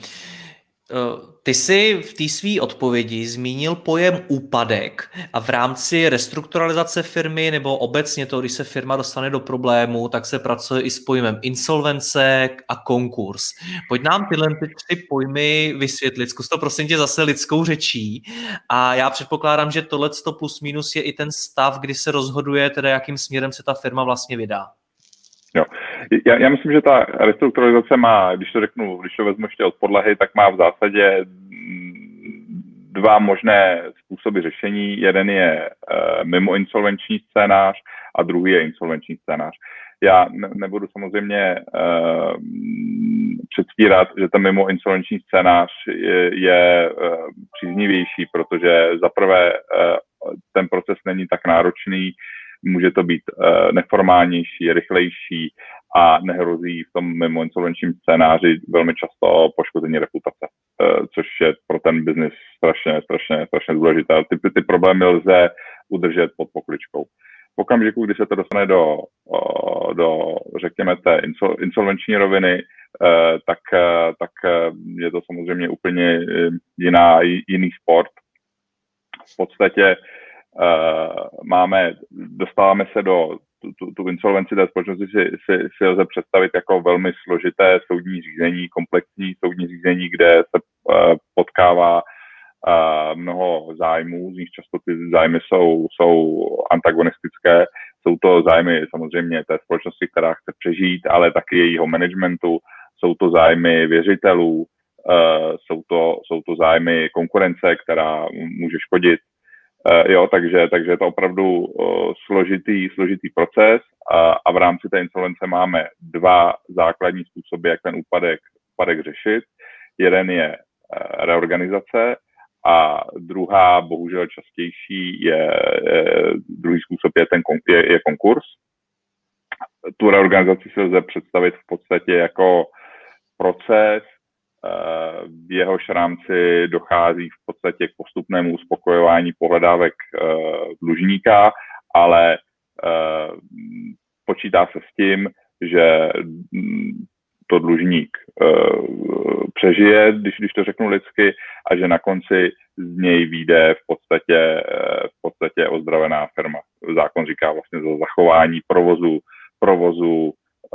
Ty jsi v té své odpovědi zmínil pojem úpadek a v rámci restrukturalizace firmy nebo obecně to, když se firma dostane do problému, tak se pracuje i s pojmem insolvence a konkurs. Pojď nám tyhle tři pojmy vysvětlit. Zkus to prosím tě zase lidskou řečí a já předpokládám, že tohleto plus minus je i ten stav, kdy se rozhoduje, teda jakým směrem se ta firma vlastně vydá. Jo. Já myslím, že ta restrukturalizace má, když to vezmu ještě od podlahy, tak má v zásadě dva možné způsoby řešení. Jeden je mimo insolvenční scénář a druhý je insolvenční scénář. Já nebudu samozřejmě předstírat, že ten mimo insolvenční scénář je příznivější, protože zaprvé ten proces není tak náročný, může to být neformálnější, rychlejší a nehrozí v tom mimo insolvenčním scénáři velmi často poškození reputace, což je pro ten biznis strašně důležité. Ty problémy lze udržet pod pokličkou. V okamžiku, kdy se to dostane do řekněme, té insolvenční roviny, tak je to samozřejmě úplně jiný sport. V podstatě dostáváme se do tu insolvenci té společnosti si lze představit jako velmi složité soudní řízení, komplexní soudní řízení, kde se potkává mnoho zájmů, z nich často ty zájmy jsou antagonistické. Jsou to zájmy samozřejmě té společnosti, která chce přežít, ale taky jejího managementu, jsou to zájmy věřitelů, jsou to zájmy konkurence, která může škodit. Takže je to opravdu složitý proces a v rámci té insolvence máme dva základní způsoby, jak ten úpadek řešit. Jeden je reorganizace a druhá, bohužel častější, druhý způsob je konkurs. Tu reorganizaci se lze představit v podstatě jako proces, v jehož rámci dochází v podstatě k postupnému uspokojování pohledávek dlužníka, ale počítá se s tím, že to dlužník přežije, když to řeknu lidsky, a že na konci z něj vyjde v podstatě ozdravená firma. Zákon říká vlastně za zachování provozu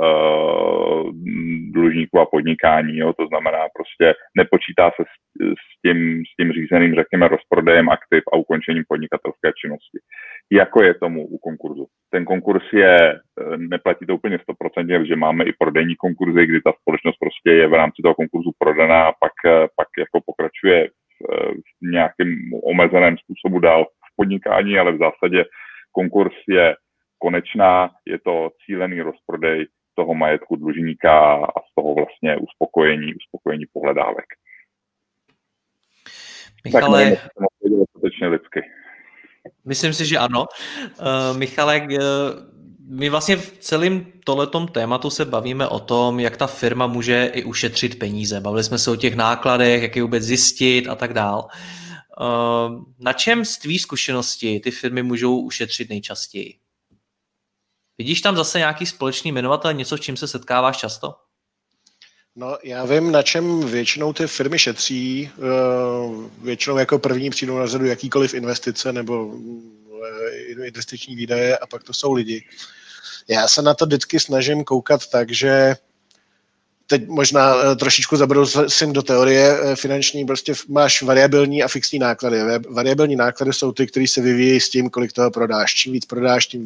dlužníků a podnikání. Jo? To znamená prostě nepočítá se s tím řízeným, řekněme, rozprodejem aktiv a ukončením podnikatelské činnosti. Jako je tomu u konkurzu. Ten konkurs neplatí to úplně 100%, že máme i prodejní konkurzy, kdy ta společnost prostě je v rámci toho konkurzu prodaná a pak jako pokračuje v nějakém omezeném způsobu dál v podnikání, ale v zásadě konkurs je konečná, je to cílený rozprodej toho majetku dlužníka a z toho vlastně uspokojení pohledávek. Michale, tak skutečně lidsky. Myslím si, že ano. Michale, my vlastně v celém tohletom tématu se bavíme o tom, jak ta firma může i ušetřit peníze. Bavili jsme se o těch nákladech, jak je vůbec zjistit a tak dál. Na čem z tvý zkušenosti ty firmy můžou ušetřit nejčastěji? Vidíš tam zase nějaký společný jmenovatel, něco, s čím se setkáváš často? No, já vím, na čem většinou ty firmy šetří. Většinou jako první přijdou na řadu jakýkoliv investice nebo investiční výdaje a pak to jsou lidi. Já se na to vždycky snažím koukat tak, že teď možná trošičku zabrousím do teorie finanční, prostě máš variabilní a fixní náklady. Variabilní náklady jsou ty, které se vyvíjí s tím, kolik toho prodáš. Čím víc prodáš, tím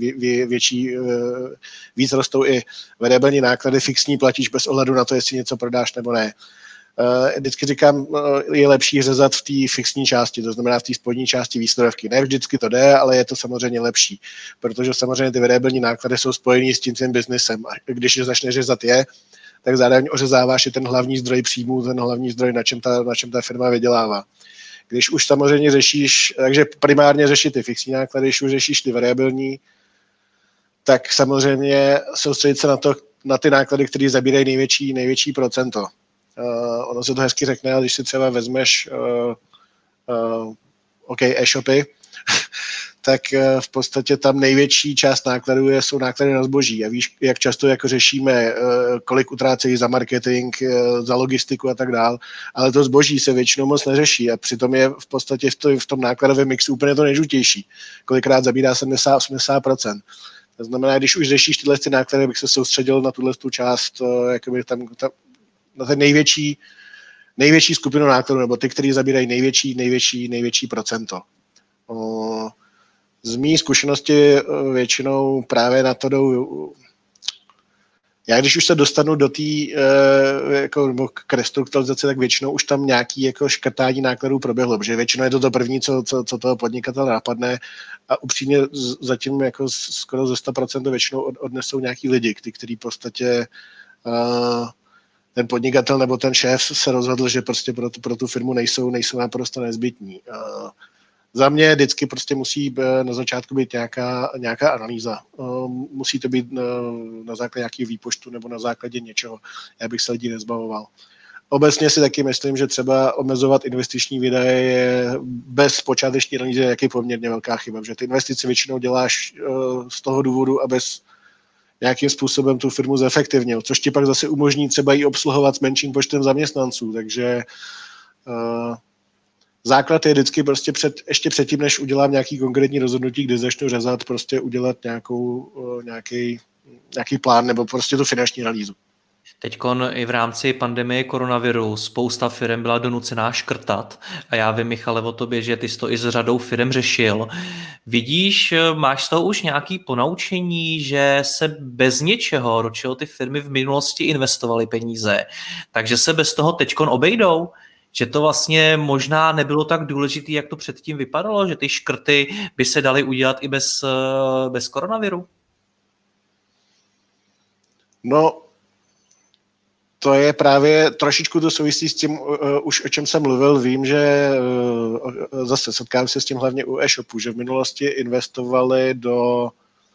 víc rostou i variabilní náklady. Fixní platíš bez ohledu na to, jestli něco prodáš nebo ne. Vždycky říkám, je lepší řezat v té fixní části, to znamená v té spodní části výsledovky. Ne vždycky to jde, ale je to samozřejmě lepší, protože samozřejmě ty variabilní náklady jsou spojený s tím biznesem. A když je začneš řezat tak zároveň ořezáváš i ten hlavní zdroj příjmů, ten hlavní zdroj, na čem ta firma vydělává. Když už samozřejmě řešíš, takže primárně řešit ty fixní náklady, když už řešíš ty variabilní, tak samozřejmě soustředit se na ty náklady, které zabírají největší procento. Ono se to hezky řekne, ale když si třeba vezmeš e-shopy, tak v podstatě tam největší část nákladů jsou náklady na zboží. A víš, jak často jako řešíme, kolik utrácejí za marketing, za logistiku a tak dál, ale to zboží se většinou moc neřeší a přitom je v podstatě v tom nákladovém mixu úplně to nejžutější. Kolikrát zabírá 70-80%. To znamená, když už řešíš tyhle náklady, bych se soustředil na tuhle část, jakoby tam na ten největší skupinu nákladů, nebo ty, kteří zabírají největší procento. Z mý zkušenosti většinou právě na to jdou. Já když už se dostanu do té jako k restrukturalizaci, tak většinou už tam nějaký jako škrtání nákladů proběhlo, protože většinou je to první, co toho podnikatele napadne a upřímně zatím jako skoro ze 100% většinou odnesou nějaký lidi, kteří v podstatě ten podnikatel nebo ten šéf se rozhodl, že prostě pro tu firmu nejsou naprosto nezbytní. Za mě vždycky prostě musí na začátku být nějaká analýza. Musí to být na základě nějakého výpočtu nebo na základě něčeho. Já bych se lidí nezbavoval. Obecně si taky myslím, že třeba omezovat investiční výdaje je bez počáteční analýzy jaký poměrně velká chyba, že ty investice většinou děláš z toho důvodu, abys nějakým způsobem tu firmu zefektivnil, což ti pak zase umožní třeba i obsluhovat s menším počtem zaměstnanců, takže základ je vždycky prostě ještě předtím, než udělám nějaký konkrétní rozhodnutí, kdy začnu řezat, prostě udělat nějaký plán nebo prostě tu finanční analýzu. Teďkon i v rámci pandemie koronaviru spousta firem byla donucená škrtat a já vím, Michale, o tobě, že ty jsi to i s řadou firem řešil. Vidíš, máš z toho už nějaké ponaučení, že se bez něčeho, do čeho ty firmy v minulosti investovaly peníze, takže se bez toho teďkon obejdou? Že to vlastně možná nebylo tak důležité, jak to předtím vypadalo, že ty škrty by se daly udělat i bez koronaviru? No, to je právě trošičku to souvisí s tím, už o čem jsem mluvil. Vím, že zase setkám se s tím hlavně u e-shopu, že v minulosti investovali do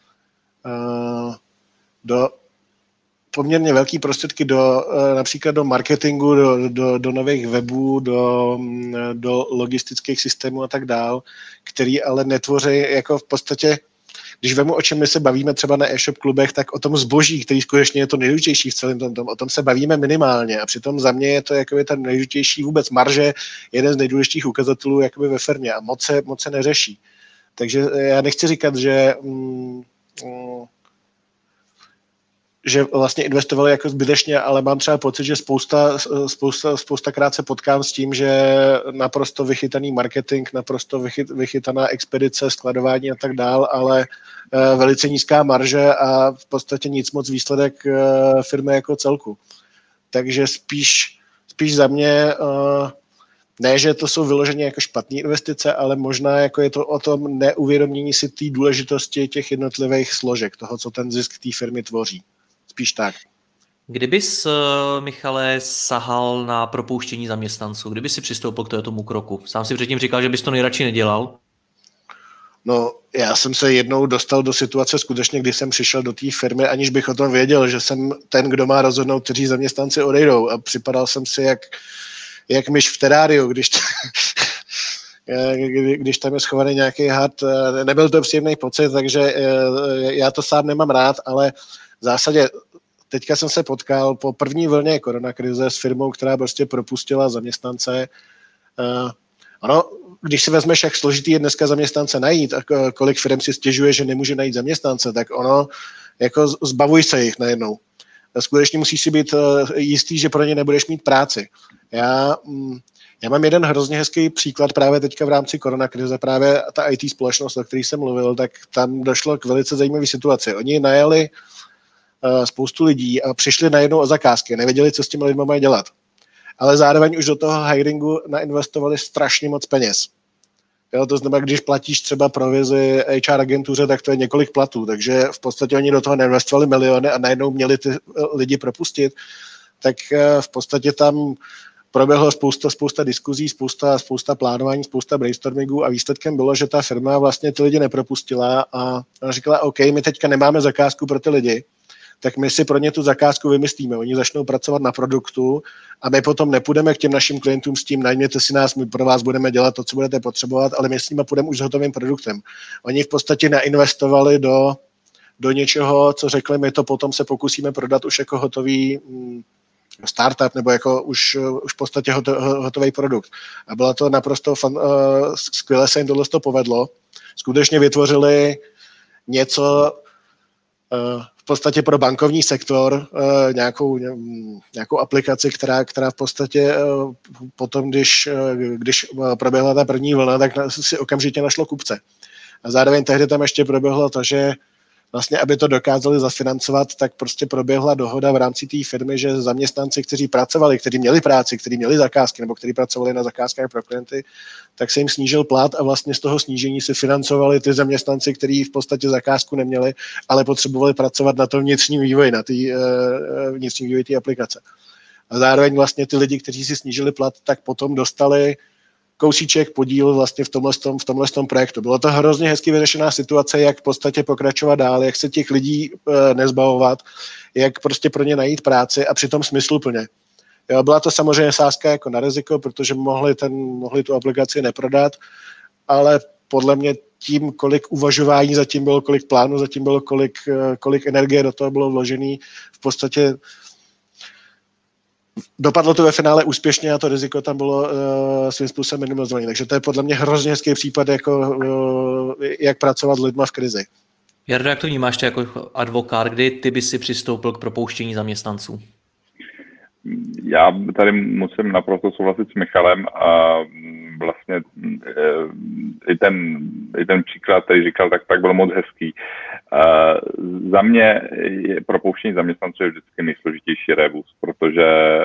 poměrně velký prostředky například do marketingu, do nových webů, do logistických systémů a tak dál, který ale netvoří jako v podstatě, když vemu, o čem my se bavíme třeba na e-shop klubech, tak o tom zboží, který skutečně je to nejdůležitější v celém tom, o tom se bavíme minimálně a přitom za mě je to jakoby ten nejdůležitější vůbec marže, jeden z nejdůležitějších ukazatelů jakoby ve firmě a moc se neřeší. Takže já nechci říkat, že vlastně investovali jako zbytečně, ale mám třeba pocit, že spoustakrát se potkám s tím, že naprosto vychytaný marketing, naprosto vychytaná expedice, skladování a tak dál, ale velice nízká marže a v podstatě nic moc výsledek firmy jako celku. Takže spíš za mě ne, že to jsou vyloženě jako špatné investice, ale možná jako je to o tom neuvědomění si té důležitosti těch jednotlivých složek, toho, co ten zisk té firmy tvoří. Spíš tak. Kdybys, Michale, sahal na propouštění zaměstnanců, kdyby si přistoupil k tomu kroku? Sám si předtím říkal, že bys to nejradši nedělal. No, já jsem se jednou dostal do situace skutečně, kdy jsem přišel do té firmy, aniž bych o tom věděl, že jsem ten, kdo má rozhodnout, kteří zaměstnanci odejdou. A připadal jsem si jak myš v teráriu, když tam je schovaný nějaký had. Nebyl to příjemný pocit, takže já to sám nemám rád, ale v zásadě teďka jsem se potkal po první vlně koronakrize s firmou, která prostě propustila zaměstnance. Ono, když si vezmeš, jak složitý je dneska zaměstnance najít a kolik firm si stěžuje, že nemůže najít zaměstnance, tak ono, jako zbavuj se jich najednou. Skutečně musíš si být jistý, že pro ně nebudeš mít práci. Já mám jeden hrozně hezký příklad právě teďka v rámci koronakrize, právě ta IT společnost, o které jsem mluvil, tak tam došlo k velice zajímavé situaci. Oni najali spoustu lidí a přišli najednou o zakázky, nevěděli, co s těmi lidmi mají dělat. Ale zároveň už do toho hiringu nainvestovali strašně moc peněz. Jo, to znamená, když platíš třeba provizi HR agentuře, tak to je několik platů, takže v podstatě oni do toho neinvestovali miliony a najednou měli ty lidi propustit, tak v podstatě tam proběhlo spousta diskuzí, spousta plánování, spousta brainstormingů a výsledkem bylo, že ta firma vlastně ty lidi nepropustila a ona říkala, OK, my teďka nemáme zakázku pro ty lidi, tak my si pro ně tu zakázku vymyslíme. Oni začnou pracovat na produktu a my potom nepůjdeme k těm našim klientům s tím, najměte si nás, my pro vás budeme dělat to, co budete potřebovat, ale my s nimi půjdeme už s hotovým produktem. Oni v podstatě nainvestovali do něčeho, co řekli, my to potom se pokusíme prodat už jako hotový startup nebo jako už v podstatě hotový produkt. A bylo to naprosto skvěle, se jim tohle povedlo. Skutečně vytvořili něco v podstatě pro bankovní sektor, nějakou aplikaci, která v podstatě potom, když proběhla ta první vlna, tak si okamžitě našlo kupce. A zároveň tehdy tam ještě proběhlo to, že vlastně, aby to dokázali zafinancovat, tak prostě proběhla dohoda v rámci té firmy, že zaměstnanci, kteří pracovali, kteří měli práci, kteří měli zakázky nebo kteří pracovali na zakázkách pro klienty, tak se jim snížil plat a vlastně z toho snížení si financovali ty zaměstnanci, kteří v podstatě zakázku neměli, ale potřebovali pracovat na tom vnitřním vývoji, na vnitřním vývoji té aplikace. A zároveň vlastně ty lidi, kteří si snížili plat, tak potom dostali kousíček podíl vlastně v tomhle projektu. Bylo to hrozně hezky vyřešená situace, jak v podstatě pokračovat dál, jak se těch lidí nezbavovat, jak prostě pro ně najít práci a přitom smysluplně. Jo, byla to samozřejmě sázka jako na riziko, protože mohli tu aplikaci neprodat, ale podle mě tím, kolik uvažování zatím bylo, kolik plánů zatím bylo, kolik energie do toho bylo vložený, v podstatě dopadlo to ve finále úspěšně a to riziko tam bylo svým způsobem minimalizované. Takže to je podle mě hrozně hezký případ, jak pracovat s lidma v krizi. Jardo, jak to vnímáš ty jako advokát, kdy ty by si přistoupil k propouštění zaměstnanců? Já tady musím naprosto souhlasit s Michalem a vlastně i ten příklad, který říkal, tak byl moc hezký. Za mě propouštění zaměstnanců je vždycky nejsložitější rebus, protože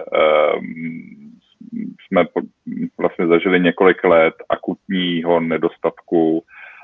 jsme vlastně zažili několik let akutního nedostatku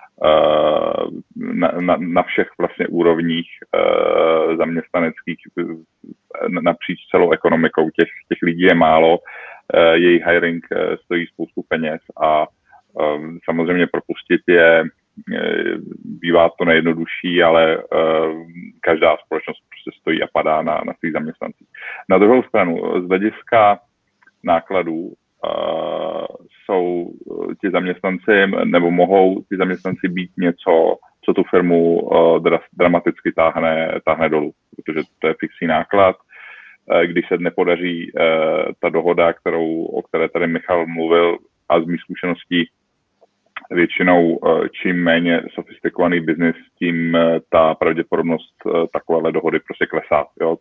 na všech vlastně úrovních zaměstnaneckých napříč celou ekonomikou. Těch lidí je málo, jejich hiring stojí spoustu peněz a samozřejmě propustit je bývá to nejjednodušší, ale každá společnost prostě stojí a padá na svých zaměstnancích. Na druhou stranu, z hlediska nákladů jsou ti zaměstnanci, nebo mohou ti zaměstnanci být něco, co tu firmu dramaticky táhne dolů, protože to je fixní náklad. Když se nepodaří ta dohoda, o které tady Michal mluvil, a z mých zkušeností většinou čím méně sofistikovaný biznis, tím ta pravděpodobnost takovéhle dohody prostě klesá. Jo,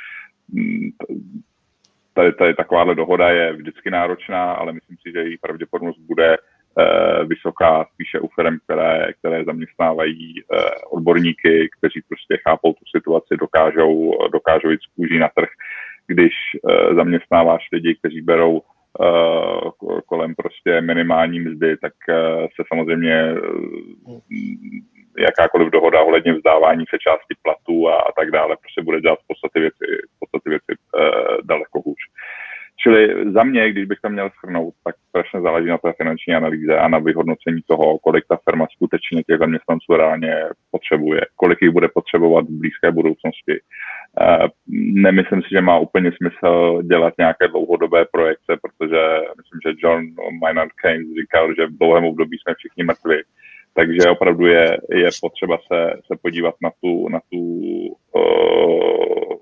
tady takováhle dohoda je vždycky náročná, ale myslím si, že její pravděpodobnost bude vysoká spíše u firm, které zaměstnávají odborníky, kteří prostě chápou tu situaci, dokážou jít z kůží na trh. Když zaměstnáváš lidi, kteří berou kolem prostě minimální mzdy, tak se samozřejmě jakákoliv dohoda ohledně vzdávání se části platů a tak dále prostě bude dělat v podstatě věci daleko hůř. Čili za mě, když bych to měl shrnout, tak strašně záleží na té finanční analýze a na vyhodnocení toho, kolik ta firma skutečně těch zaměstnanců reálně potřebuje, kolik jich bude potřebovat v blízké budoucnosti. Nemyslím si, že má úplně smysl dělat nějaké dlouhodobé projekce, protože myslím, že John Maynard Keynes říkal, že v dlouhém období jsme všichni mrtví. Takže opravdu je potřeba se podívat na tu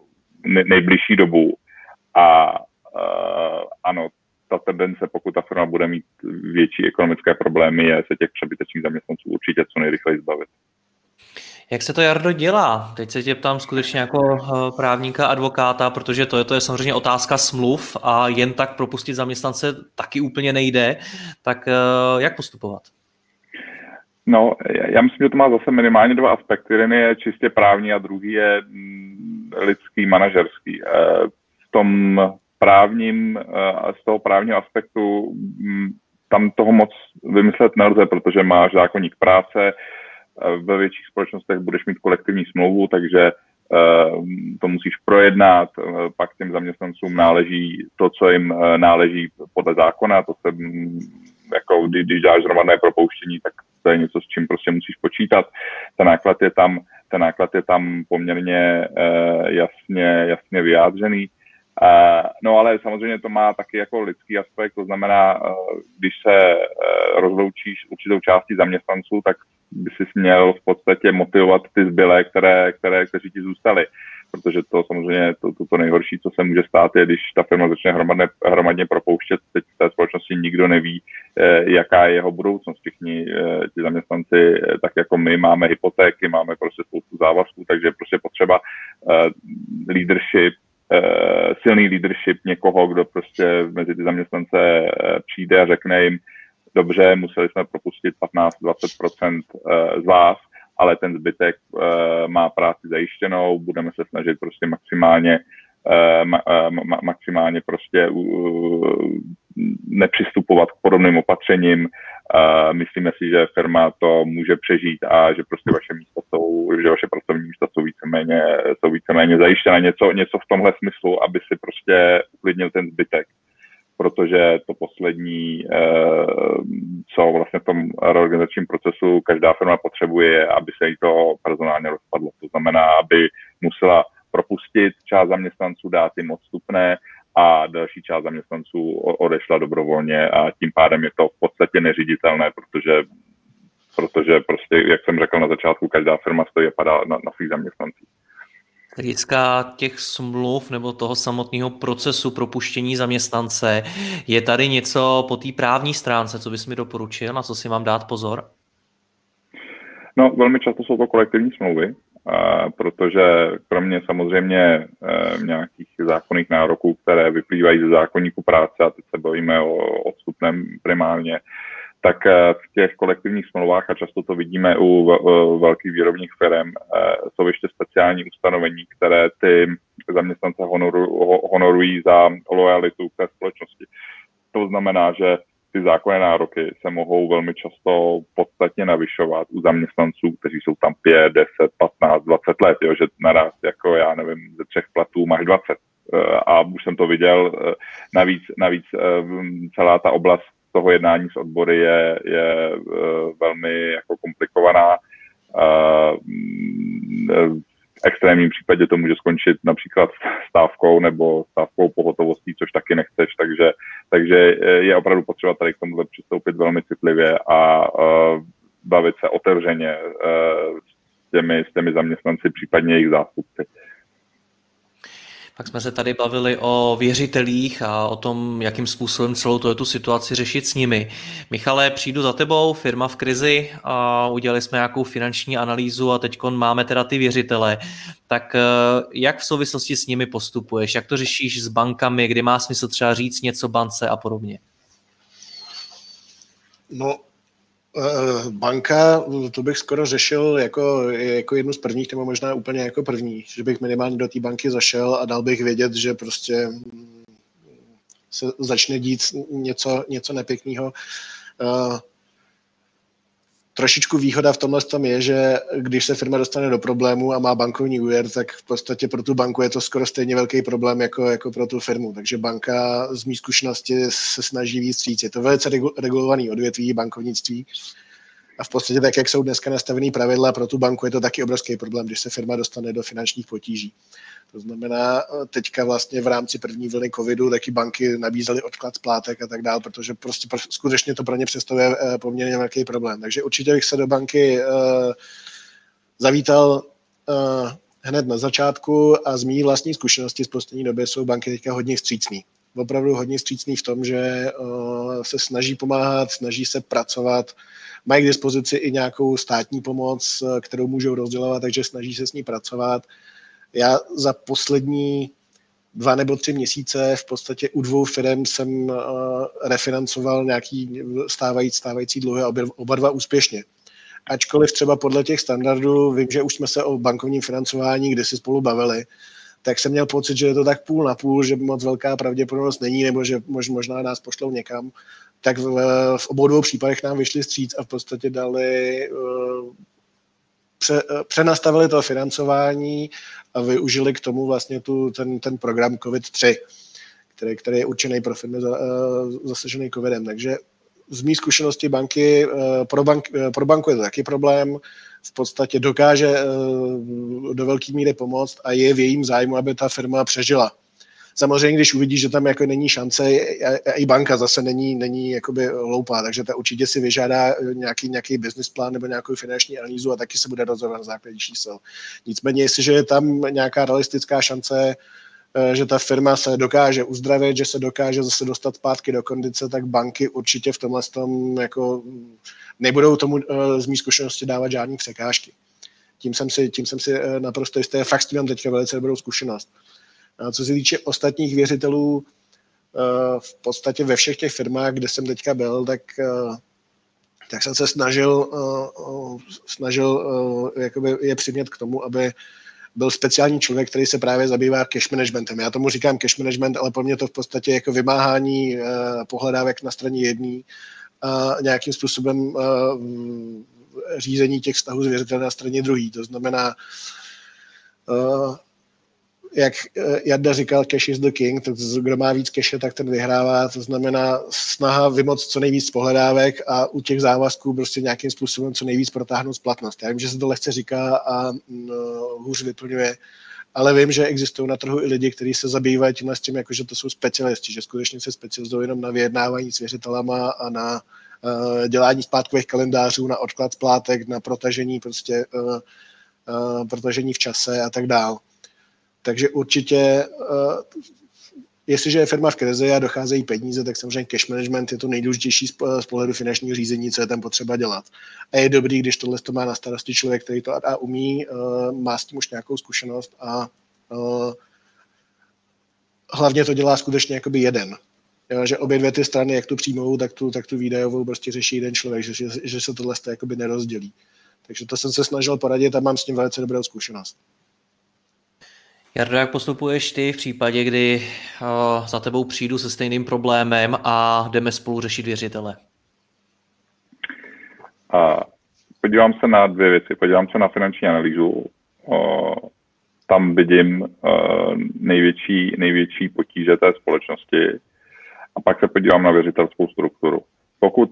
nejbližší dobu. A ano, ta tendence, pokud ta firma bude mít větší ekonomické problémy, je se těch přebytečných zaměstnanců určitě co nejrychleji zbavit. Jak se to, Jardo, dělá? Teď se tě ptám skutečně jako právníka, advokáta, protože to je samozřejmě otázka smluv a jen tak propustit zaměstnance taky úplně nejde. Tak jak postupovat? No, já myslím, že to má zase minimálně dva aspekty. Jeden je čistě právní a druhý je lidský, manažerský. V tom právním, z toho právního aspektu tam toho moc vymyslet nelze, protože máš zákoník práce, ve větších společnostech budeš mít kolektivní smlouvu, takže to musíš projednat, pak těm zaměstnancům náleží to, co jim náleží podle zákona, to se jako když dáš hromadné propouštění, tak to je něco, s čím prostě musíš počítat. Ten náklad je tam poměrně jasně vyjádřený. No ale samozřejmě to má taky jako lidský aspekt, to znamená, když se rozloučíš s určitou částí zaměstnanců, tak by si měl v podstatě motivovat ty zbylé, kteří ti zůstali. Protože to samozřejmě to nejhorší, co se může stát, je, když ta firma začne hromadně propouštět. Teď v té společnosti nikdo neví, jaká je jeho budoucnost. Všichni ti zaměstnanci, tak jako my, máme hypotéky, máme prostě spoustu závazků, takže prostě potřeba leadership, silný leadership někoho, kdo prostě mezi ty zaměstnance přijde a řekne jim, dobře, museli jsme propustit 15-20% z vás, ale ten zbytek má práci zajištěnou, budeme se snažit prostě maximálně prostě nepřistupovat k podobným opatřením. Myslíme si, že firma to může přežít a že prostě vaše pracovní místa jsou víceméně zajištěna. Něco v tomhle smyslu, aby si prostě uklidnil ten zbytek. Protože to poslední, co vlastně v tom reorganizačním procesu každá firma potřebuje, aby se jí to personálně rozpadlo. To znamená, aby musela propustit část zaměstnanců, dát jim odstupné a další část zaměstnanců odešla dobrovolně a tím pádem je to v podstatě neřiditelné, protože prostě, jak jsem řekl na začátku, každá firma stojí a padá na svých zaměstnancích. Hlediska těch smluv nebo toho samotného procesu propuštění zaměstnance, je tady něco po té právní stránce, co bys mi doporučil, na co si mám dát pozor? No, velmi často jsou to kolektivní smlouvy, protože kromě samozřejmě nějakých zákonných nároků, které vyplývají ze zákoníku práce, a teď se bavíme o odstupném primárně, tak v těch kolektivních smlouvách, a často to vidíme u velkých výrobních firm, jsou ještě speciální ustanovení, které ty zaměstnance honorují za lojalitu k té společnosti. To znamená, že ty zákonné nároky se mohou velmi často podstatně navyšovat u zaměstnanců, kteří jsou tam 5, 10, 15, 20 let, jo, že naraz, jako já nevím, ze 3 platů máš 20. A už jsem to viděl, navíc celá ta oblast toho jednání s odbory je velmi jako komplikovaná. V extrémním případě to může skončit například stávkou nebo stávkou pohotovostí, což taky nechceš, takže je opravdu potřeba tady k tomuhle přistoupit velmi citlivě a bavit se otevřeně s těmi zaměstnanci, případně jejich zástupci. Pak jsme se tady bavili o věřitelích a o tom, jakým způsobem celou tu situaci řešit s nimi. Michale, přijdu za tebou, firma v krizi, a udělali jsme nějakou finanční analýzu a teď máme teda ty věřitele. Tak jak v souvislosti s nimi postupuješ? Jak to řešíš s bankami, kdy má smysl třeba říct něco bance a podobně? No, banka, to bych skoro řešil jako jednu z prvních, nebo možná úplně jako první, že bych minimálně do té banky zašel a dal bych vědět, že prostě se začne dít něco nepěkného. Trošičku výhoda v tomhle tom je, že když se firma dostane do problému a má bankovní úvěr, tak v podstatě pro tu banku je to skoro stejně velký problém jako pro tu firmu. Takže banka z mý zkušenosti se snaží víc říct. Je to velice regulovaný odvětví bankovnictví a v podstatě tak, jak jsou dneska nastavený pravidla, pro tu banku je to taky obrovský problém, když se firma dostane do finančních potíží. To znamená, teďka vlastně v rámci první vlny covidu taky banky nabízely odklad splátek a tak dál, protože prostě skutečně to pro ně představuje poměrně velký problém. Takže určitě bych se do banky zavítal hned na začátku a z mý vlastní zkušenosti z poslední doby jsou banky teďka hodně vstřícný. Opravdu hodně vstřícný v tom, že se snaží pomáhat, snaží se pracovat, mají k dispozici i nějakou státní pomoc, kterou můžou rozdělovat, takže snaží se s ní pracovat. Já za poslední 2 nebo 3 měsíce v podstatě u 2 firem jsem refinancoval nějaký stávající dluhy a oba dva úspěšně. Ačkoliv třeba podle těch standardů, vím, že už jsme se o bankovním financování kdysi spolu bavili, tak jsem měl pocit, že je to tak půl na půl, že moc velká pravděpodobnost není, nebo že možná nás pošlou někam. Tak v obou 2 případech nám vyšli vstříc a v podstatě přenastavili to financování a využili k tomu vlastně ten program COVID-3, který je určený pro firmy zasažený covidem. Takže z mý zkušenosti banky, pro banku je to taky problém, v podstatě dokáže do velké míry pomoct a je v jejím zájmu, aby ta firma přežila. Samozřejmě, když uvidí, že tam jako není šance, i banka zase není jakoby hloupá, takže ta určitě si vyžádá nějaký business plán nebo nějakou finanční analýzu a taky se bude rozhodovat na základě čísel. Nicméně, jestliže je tam nějaká realistická šance, že ta firma se dokáže uzdravit, že se dokáže zase dostat zpátky do kondice, tak banky určitě v tomhle tom jako nebudou tomu z mý zkušenosti dávat žádný překážky. Tím jsem si naprosto jistý, fakt s tím mám teďka velice dobrou zkušenost. A co se týče ostatních věřitelů, v podstatě ve všech těch firmách, kde jsem teďka byl, tak jsem se snažil jakoby je přimět k tomu, aby byl speciální člověk, který se právě zabývá cash managementem. Já tomu říkám cash management, ale pro mě to v podstatě jako vymáhání pohledávek na straně jedné a nějakým způsobem řízení těch vztahů s věřitelem na straně druhé. To znamená, jak Jarda říkal, cash is the king, tak kdo má víc cache, tak ten vyhrává. To znamená snaha vymoct co nejvíc pohledávek a u těch závazků prostě nějakým způsobem co nejvíc protáhnout splatnost. Já vím, že se to lehce říká a hůř vyplňuje, ale vím, že existují na trhu i lidi, kteří se zabývají tímhle s tím, jakože to jsou specialisti, že skutečně se specializují jenom na vyjednávání s věřitelama a na dělání splátkových kalendářů, na odklad splátek, na protažení v čase a tak dál. Takže určitě, jestliže je firma v krizi a docházejí peníze, tak samozřejmě cash management je to nejdůležitější z pohledu finančního řízení, co je tam potřeba dělat. A je dobrý, když tohle to má na starosti člověk, který to umí, má s tím už nějakou zkušenost a hlavně to dělá skutečně jakoby jeden. Jo, že obě 2 ty strany, jak tu příjmovou, tak tu výdajovou prostě řeší jeden člověk, že se tohle jakoby nerozdělí. Takže to jsem se snažil poradit a mám s tím velice dobrou zkušenost. Jardo, jak postupuješ ty v případě, kdy za tebou přijdu se stejným problémem a jdeme spolu řešit věřitele? Podívám se na 2 věci. Podívám se na finanční analýzu. Tam vidím největší potíže té společnosti a pak se podívám na věřitelskou strukturu. Pokud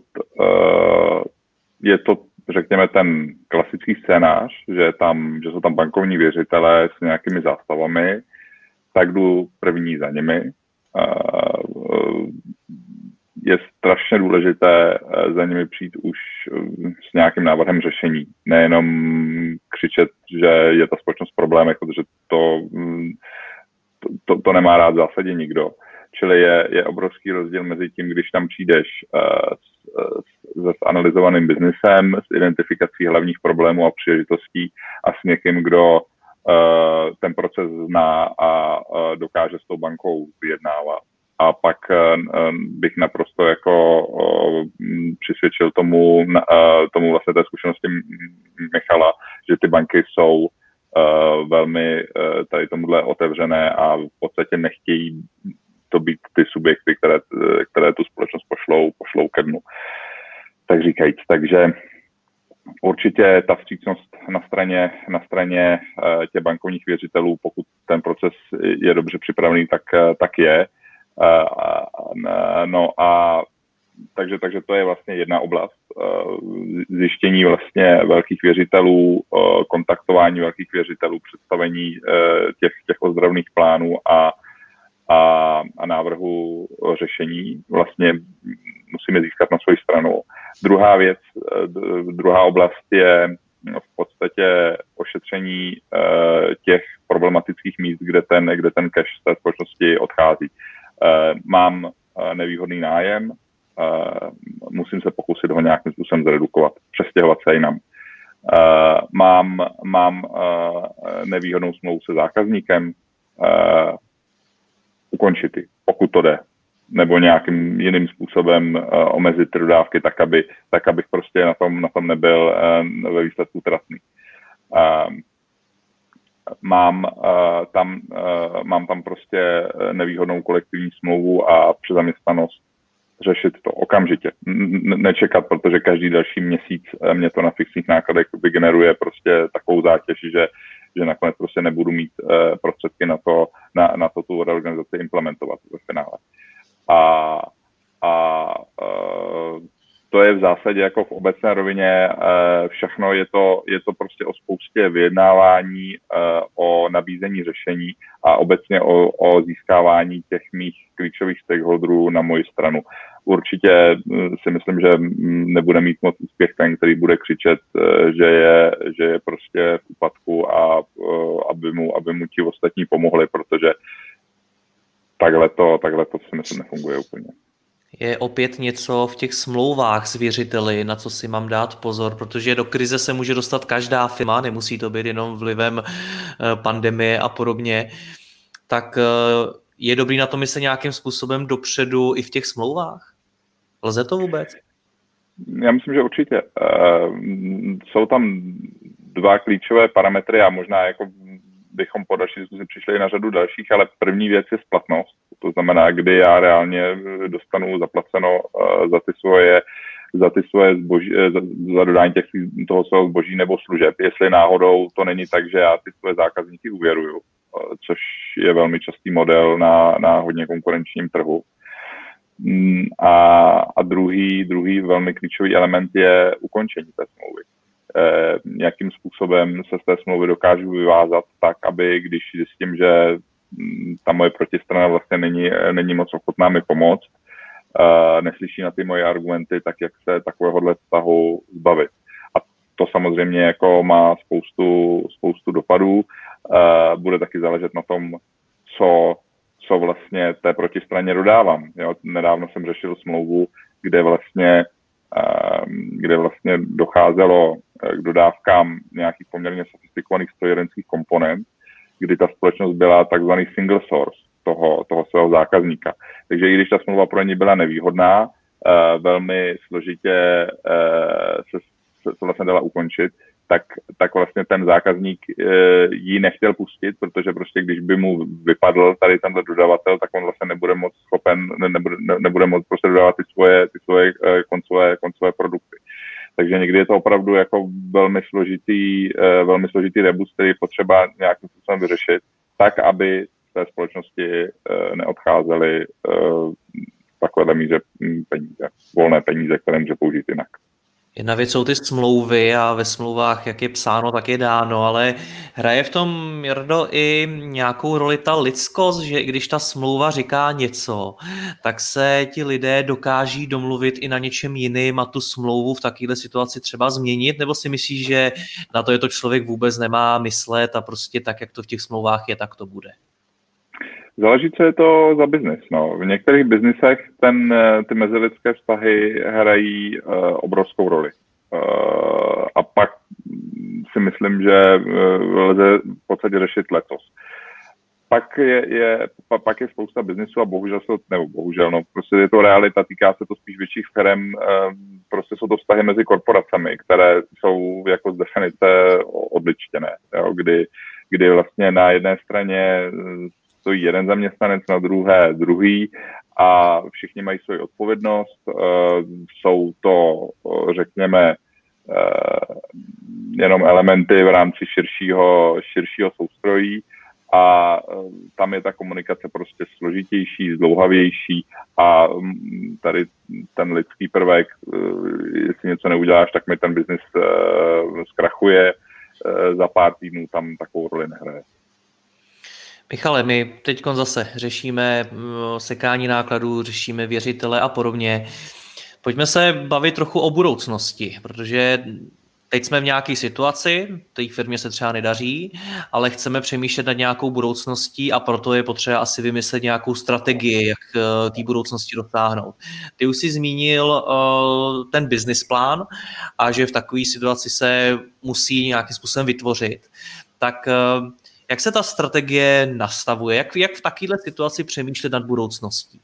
je to, řekněme, ten klasický scénář, že jsou tam bankovní věřitelé s nějakými zástavami, tak jdu první za nimi. Je strašně důležité za nimi přijít už s nějakým návrhem řešení. Nejenom křičet, že je ta společnost v problémech, protože to nemá rád v zásadě nikdo. Čili je obrovský rozdíl mezi tím, když tam přijdeš s analyzovaným biznesem, s identifikací hlavních problémů a příležitostí a s někým, kdo ten proces zná a dokáže s tou bankou vyjednávat. A pak bych naprosto jako přisvědčil tomu vlastně té zkušenosti Michala, že ty banky jsou velmi tady tomuhle otevřené a v podstatě nechtějí to být ty subjekty, které tu společnost pošlou ke dnu, tak říkajíc. Takže určitě ta vstřícnost na straně těch bankovních věřitelů, pokud ten proces je dobře připravený, tak je. No a takže to je vlastně jedna oblast. Zjištění vlastně velkých věřitelů, kontaktování velkých věřitelů, představení těch ozdravných plánů a návrhu řešení vlastně musíme získat na svou stranu. Druhá oblast je v podstatě šetření těch problematických míst, kde ten cash z té společnosti odchází. Mám nevýhodný nájem, musím se pokusit ho nějakým způsobem zredukovat, přestěhovat se jinam. Mám nevýhodnou smlouvu se zákazníkem, ukončit ji, pokud to jde, nebo nějakým jiným způsobem omezit ty dodávky tak, abych prostě na tom nebyl ve výsledku trapný. Mám tam prostě nevýhodnou kolektivní smlouvu a přezaměstnanost, řešit to okamžitě. Nečekat, protože každý další měsíc mě to na fixních nákladech vygeneruje prostě takovou zátěž, že nakonec prostě nebudu mít prostředky na to tu reorganizaci implementovat ve finále. A to je v zásadě jako v obecné rovině všechno, je to prostě o spoustě vyjednávání, o nabízení řešení a obecně o získávání těch mých klíčových stakeholderů na moji stranu. Určitě si myslím, že nebude mít moc úspěch ten, který bude křičet, že je prostě v úpadku a aby mu ti ostatní pomohli, protože takhle to si myslím nefunguje úplně. Je opět něco v těch smlouvách s věřiteli, na co si mám dát pozor, protože do krize se může dostat každá firma, nemusí to být jenom vlivem pandemie a podobně. Tak je dobrý na to myslet nějakým způsobem dopředu i v těch smlouvách? Lze to vůbec? Já myslím, že určitě. Jsou tam dva klíčové parametry a možná jako bychom po další diskuzi přišli na řadu dalších, ale první věc je splatnost. To znamená, kdy já reálně dostanu zaplaceno za ty svoje zboží, za dodání toho svého zboží nebo služeb. Jestli náhodou to není tak, že já ty svoje zákazníky uvěruju, což je velmi častý model na hodně konkurenčním trhu. A druhý velmi klíčový element je ukončení té smlouvy. Jakým způsobem se z té smlouvy dokážu vyvázat tak, aby když zjistím, že ta moje protistrana vlastně není moc ochotná mi pomoct, neslyší na ty moje argumenty, tak jak se takovéhohle vztahu zbavit. A to samozřejmě jako má spoustu dopadů. Bude taky záležet na tom, co vlastně té protistraně dodávám. Jo? Nedávno jsem řešil smlouvu, kde vlastně docházelo k dodávkám nějakých poměrně sofistikovaných strojírenských komponent, kdy ta společnost byla takzvaný single source toho svého zákazníka. Takže i když ta smlouva pro ně byla nevýhodná, velmi složitě se vlastně dala ukončit, tak vlastně ten zákazník ji nechtěl pustit, protože prostě když by mu vypadl tady tenhle dodavatel, tak on vlastně nebude moc schopen, nebude moc prostě dodávat ty svoje koncové produkty. Takže někdy je to opravdu jako velmi složitý rebus, který je potřeba nějakým způsobem vyřešit, tak, aby z té společnosti neodcházely v takovéhle míře peníze, volné peníze, které může použít jinak. Jedna věc jsou ty smlouvy a ve smlouvách, jak je psáno, tak je dáno, ale hraje v tom, Jardo, i nějakou roli ta lidskost, že když ta smlouva říká něco, tak se ti lidé dokáží domluvit i na něčem jiným a tu smlouvu v takovéhle situaci třeba změnit, nebo si myslíš, že na to člověk vůbec nemá myslet a prostě tak, jak to v těch smlouvách je, tak to bude? Záleží, co je to za biznis. No. V některých biznisech ty mezilidské vztahy hrají obrovskou roli. A pak si myslím, že lze v podstatě řešit letos. Pak je spousta biznisů a bohužel, prostě je to realita, týká se to spíš větších firem, prostě jsou to vztahy mezi korporacemi, které jsou jako z definice odličtěné, jo, kdy vlastně na jedné straně stojí jeden zaměstnanec, na druhé druhý a všichni mají svoji odpovědnost. Jsou to, řekněme, jenom elementy v rámci širšího soustrojí a tam je ta komunikace prostě složitější, zdlouhavější a tady ten lidský prvek, jestli něco neuděláš, tak mi ten biznis zkrachuje, za pár týdnů tam takovou roli nehraje. Michale, my teď zase řešíme sekání nákladů, řešíme věřitele a podobně. Pojďme se bavit trochu o budoucnosti, protože teď jsme v nějaké situaci, té firmě se třeba nedaří, ale chceme přemýšlet nad nějakou budoucností a proto je potřeba asi vymyslet nějakou strategii, jak té budoucnosti dosáhnout. Ty už jsi zmínil ten business plán a že v takové situaci se musí nějakým způsobem vytvořit. Tak jak se ta strategie nastavuje? Jak v takovéhle situaci přemýšlet nad budoucností?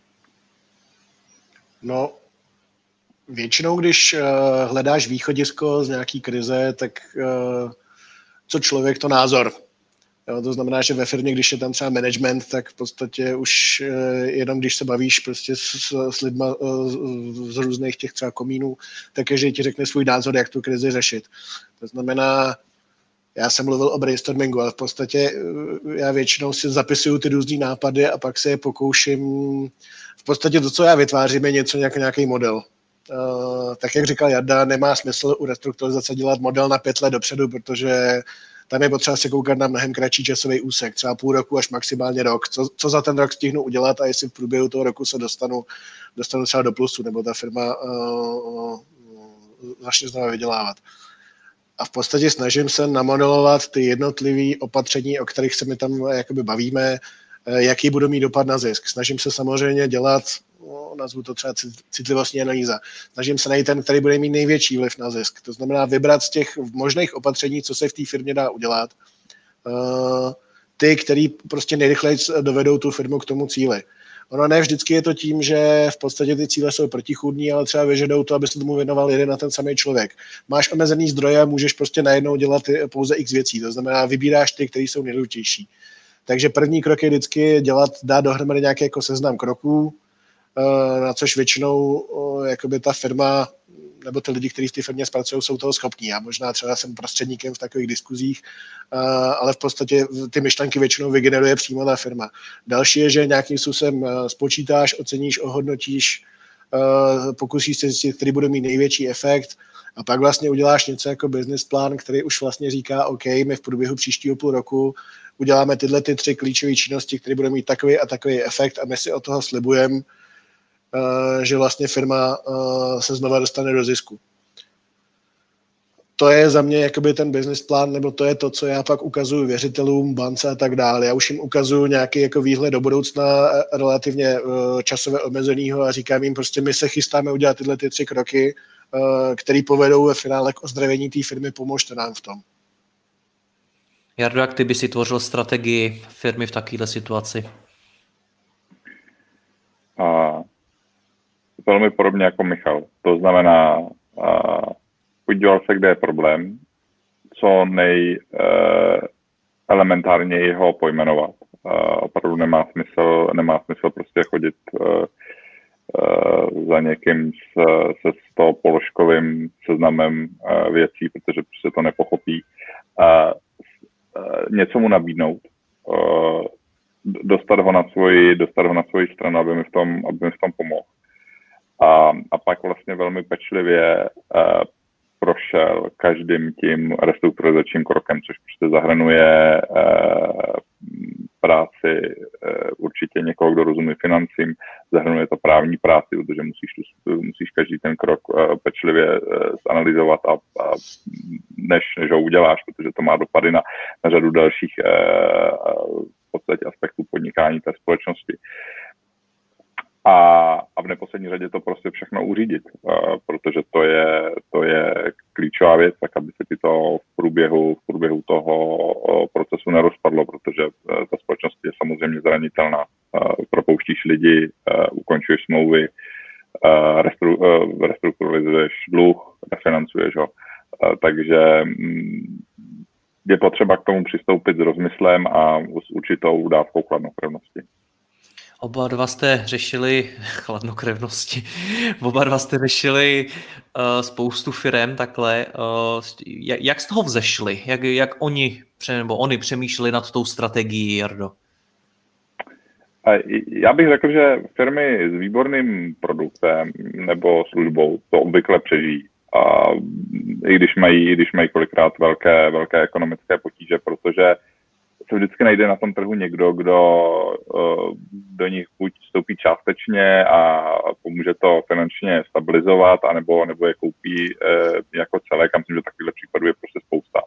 No, většinou, když hledáš východisko z nějaký krize, tak co člověk, to názor. Jo, to znamená, že ve firmě, když je tam třeba management, tak v podstatě už jenom když se bavíš prostě s lidma z různých těch třeba komínů, tak každý ti řekne svůj názor, jak tu krizi řešit. To znamená, já jsem mluvil o brainstormingu, ale v podstatě já většinou si zapisuju ty různý nápady a pak se je pokouším. V podstatě to, co já vytvářím, je něco nějaký model. Tak jak říkal Jarda, nemá smysl u restrukturalizace dělat model na 5 let dopředu, protože tam je potřeba se koukat na mnohem kratší časový úsek, třeba půl roku až maximálně rok. Co za ten rok stihnu udělat a jestli v průběhu toho roku se dostanu třeba do plusu, nebo ta firma začne znovu vydělávat. A v podstatě snažím se namodelovat ty jednotlivé opatření, o kterých se my tam jakoby bavíme, jaký budou mít dopad na zisk. Snažím se samozřejmě dělat, nazvu to třeba citlivostní analýza, snažím se najít ten, který bude mít největší vliv na zisk. To znamená vybrat z těch možných opatření, co se v té firmě dá udělat, ty, který prostě nejrychleji dovedou tu firmu k tomu cíli. Ono ne vždycky je to tím, že v podstatě ty cíle jsou protichůdní, ale třeba vyžadou to, aby se tomu věnoval jeden na ten samý člověk. Máš omezený zdroje a můžeš prostě najednou dělat pouze x věcí, to znamená vybíráš ty, které jsou nejdůležitější. Takže první krok je vždycky dát dohromady nějaký jako seznam kroků, na což většinou jakoby ta firma nebo ty lidi, kteří v té firmě zpracují, jsou toho schopní. Já možná třeba jsem prostředníkem v takových diskuzích, ale v podstatě ty myšlenky většinou vygeneruje přímo ta firma. Další je, že nějakým způsobem spočítáš, oceníš, ohodnotíš, pokusíš se zjistit, který bude mít největší efekt a pak vlastně uděláš něco jako business plán, který už vlastně říká, OK, my v průběhu příštího půl roku uděláme tyhle 3 klíčové činnosti, které budou mít takový a takový efekt a my si od toho slibujeme, že vlastně firma se znova dostane do zisku. To je za mě jakoby ten business plán, nebo to je to, co já pak ukazuju věřitelům, bance a tak dále. Já už jim ukazuju nějaký jako výhled do budoucna relativně časově omezenýho a říkám jim prostě, my se chystáme udělat tyhle 3 kroky, které povedou ve finále k ozdravení té firmy, pomožte nám v tom. Jardo, jak ty by si tvořil strategii firmy v takovéhle situaci? Velmi podobně jako Michal. To znamená, podíval se, kde je problém, co nejelementárněji ho pojmenovat. Opravdu nemá smysl prostě chodit za někým se 100 položkovým seznamem věcí, protože prostě to nepochopí. Něco mu nabídnout, dostat ho na svoji stranu, aby mi v tom pomohl. A pak vlastně velmi pečlivě prošel každým tím restrukturalizačním krokem, což prostě zahrnuje práci určitě někoho, kdo rozumí financím, zahrnuje to právní práci, protože musíš každý ten krok pečlivě zanalyzovat a než ho uděláš, protože to má dopady na řadu dalších v podstatě aspektů podnikání té společnosti. A v neposlední řadě to prostě všechno uřídit, protože to je klíčová věc, tak aby se ti to v průběhu toho procesu nerozpadlo, protože ta společnost je samozřejmě zranitelná. Propouštíš lidi, ukončuješ smlouvy, restrukturalizuješ dluh, refinancuješ ho. Takže je potřeba k tomu přistoupit s rozmyslem a s určitou dávkou chladnokrevnosti. Oba dva jste řešili chladnokrevnosti. Oba dva jste řešili spoustu firem takhle. Jak z toho vzešli? Jak oni přemýšleli nad tou strategií, Jardo? Já bych řekl, že firmy s výborným produktem nebo službou to obvykle přežijí. A i když mají kolikrát velké ekonomické potíže, protože se vždycky najde na tom trhu někdo, kdo do nich buď vstoupí částečně a pomůže to finančně stabilizovat, anebo je koupí jako celek. A myslím, že takovýchhle případů je prostě spousta.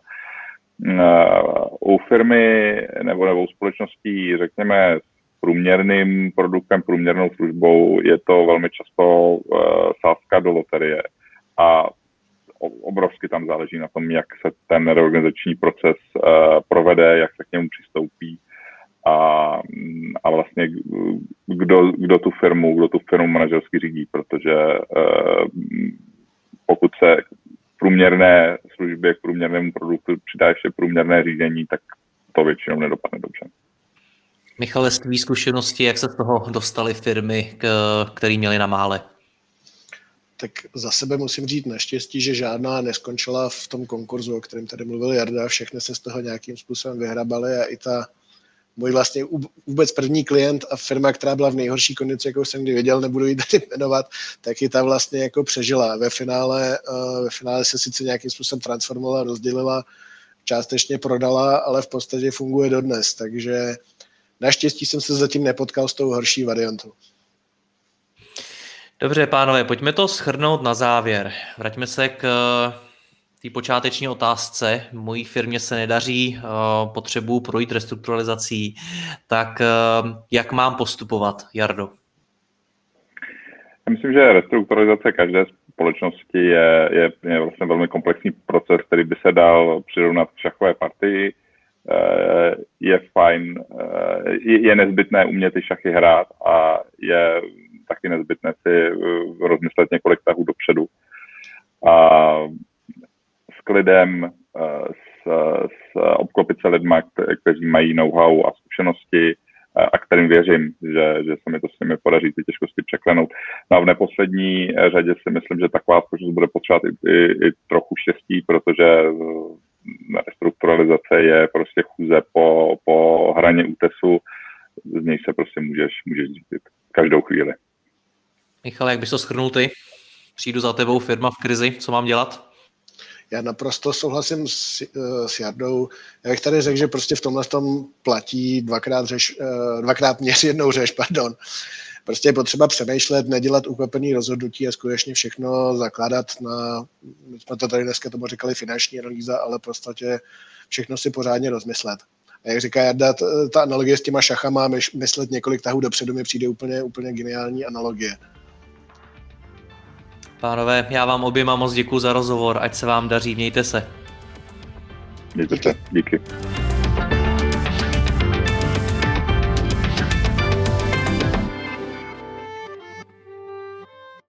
U firmy nebo u společností, řekněme, s průměrným produktem, průměrnou službou je to velmi často sázka do loterie a obrovsky tam záleží na tom, jak se ten reorganizační proces provede, jak se k němu přistoupí a vlastně kdo tu firmu manažersky řídí, protože pokud se průměrné službě k průměrnému produktu přidá ještě průměrné řízení, tak to většinou nedopadne dobře. Michale, z tvý zkušenosti, jak se z toho dostaly firmy, které měly na mále? Tak za sebe musím říct naštěstí, že žádná neskončila v tom konkurzu, o kterém tady mluvil Jarda, všechny se z toho nějakým způsobem vyhrabaly a i ta můj vlastně vůbec první klient a firma, která byla v nejhorší kondici, jakou jsem kdy viděl, nebudu ji tady jmenovat, tak i ta vlastně jako přežila. Ve finále se sice nějakým způsobem transformovala, rozdělila, částečně prodala, ale v podstatě funguje dodnes, takže naštěstí jsem se zatím nepotkal s tou horší variantou. Dobře, pánové, pojďme to shrnout na závěr. Vraťme se k té počáteční otázce. Mojí firmě se nedaří, potřebuji projít restrukturalizací. Tak jak mám postupovat, Jardo? Já myslím, že restrukturalizace každé společnosti je vlastně velmi komplexní proces, který by se dal přirovnat k šachové partii. Je fajn, je nezbytné umět ty šachy hrát a je taky nezbytné si rozmyslet několik tahů dopředu. A s klidem, obklopit se lidma, kteří mají know-how a zkušenosti a kterým věřím, že se mi to s nimi podaří ty těžkosti překlenout. No a v neposlední řadě si myslím, že taková společnost bude potřebovat i trochu štěstí, protože restrukturalizace je prostě chůze po hraně útesu, z něj se prostě můžeš zřídit každou chvíli. Michale, jak bys to shrnul ty? Přijdu za tebou, firma v krizi, co mám dělat? Já naprosto souhlasím s Jardou. Já bych tady řekl, že prostě v tomhle tom platí dvakrát měř, jednou řeš, pardon. Prostě je potřeba přemýšlet, nedělat ukvapený rozhodnutí a skutečně všechno zakládat na, my jsme to tady dneska tomu říkali finanční analýza, ale v podstatě všechno si pořádně rozmyslet. A jak říká Jarda, ta analogie s těma šachama, myslet několik tahů dopředu mi přijde úplně geniální analogie. Pánové, já vám oběma moc děkuju za rozhovor, ať se vám daří, mějte se. Mějte se, díky.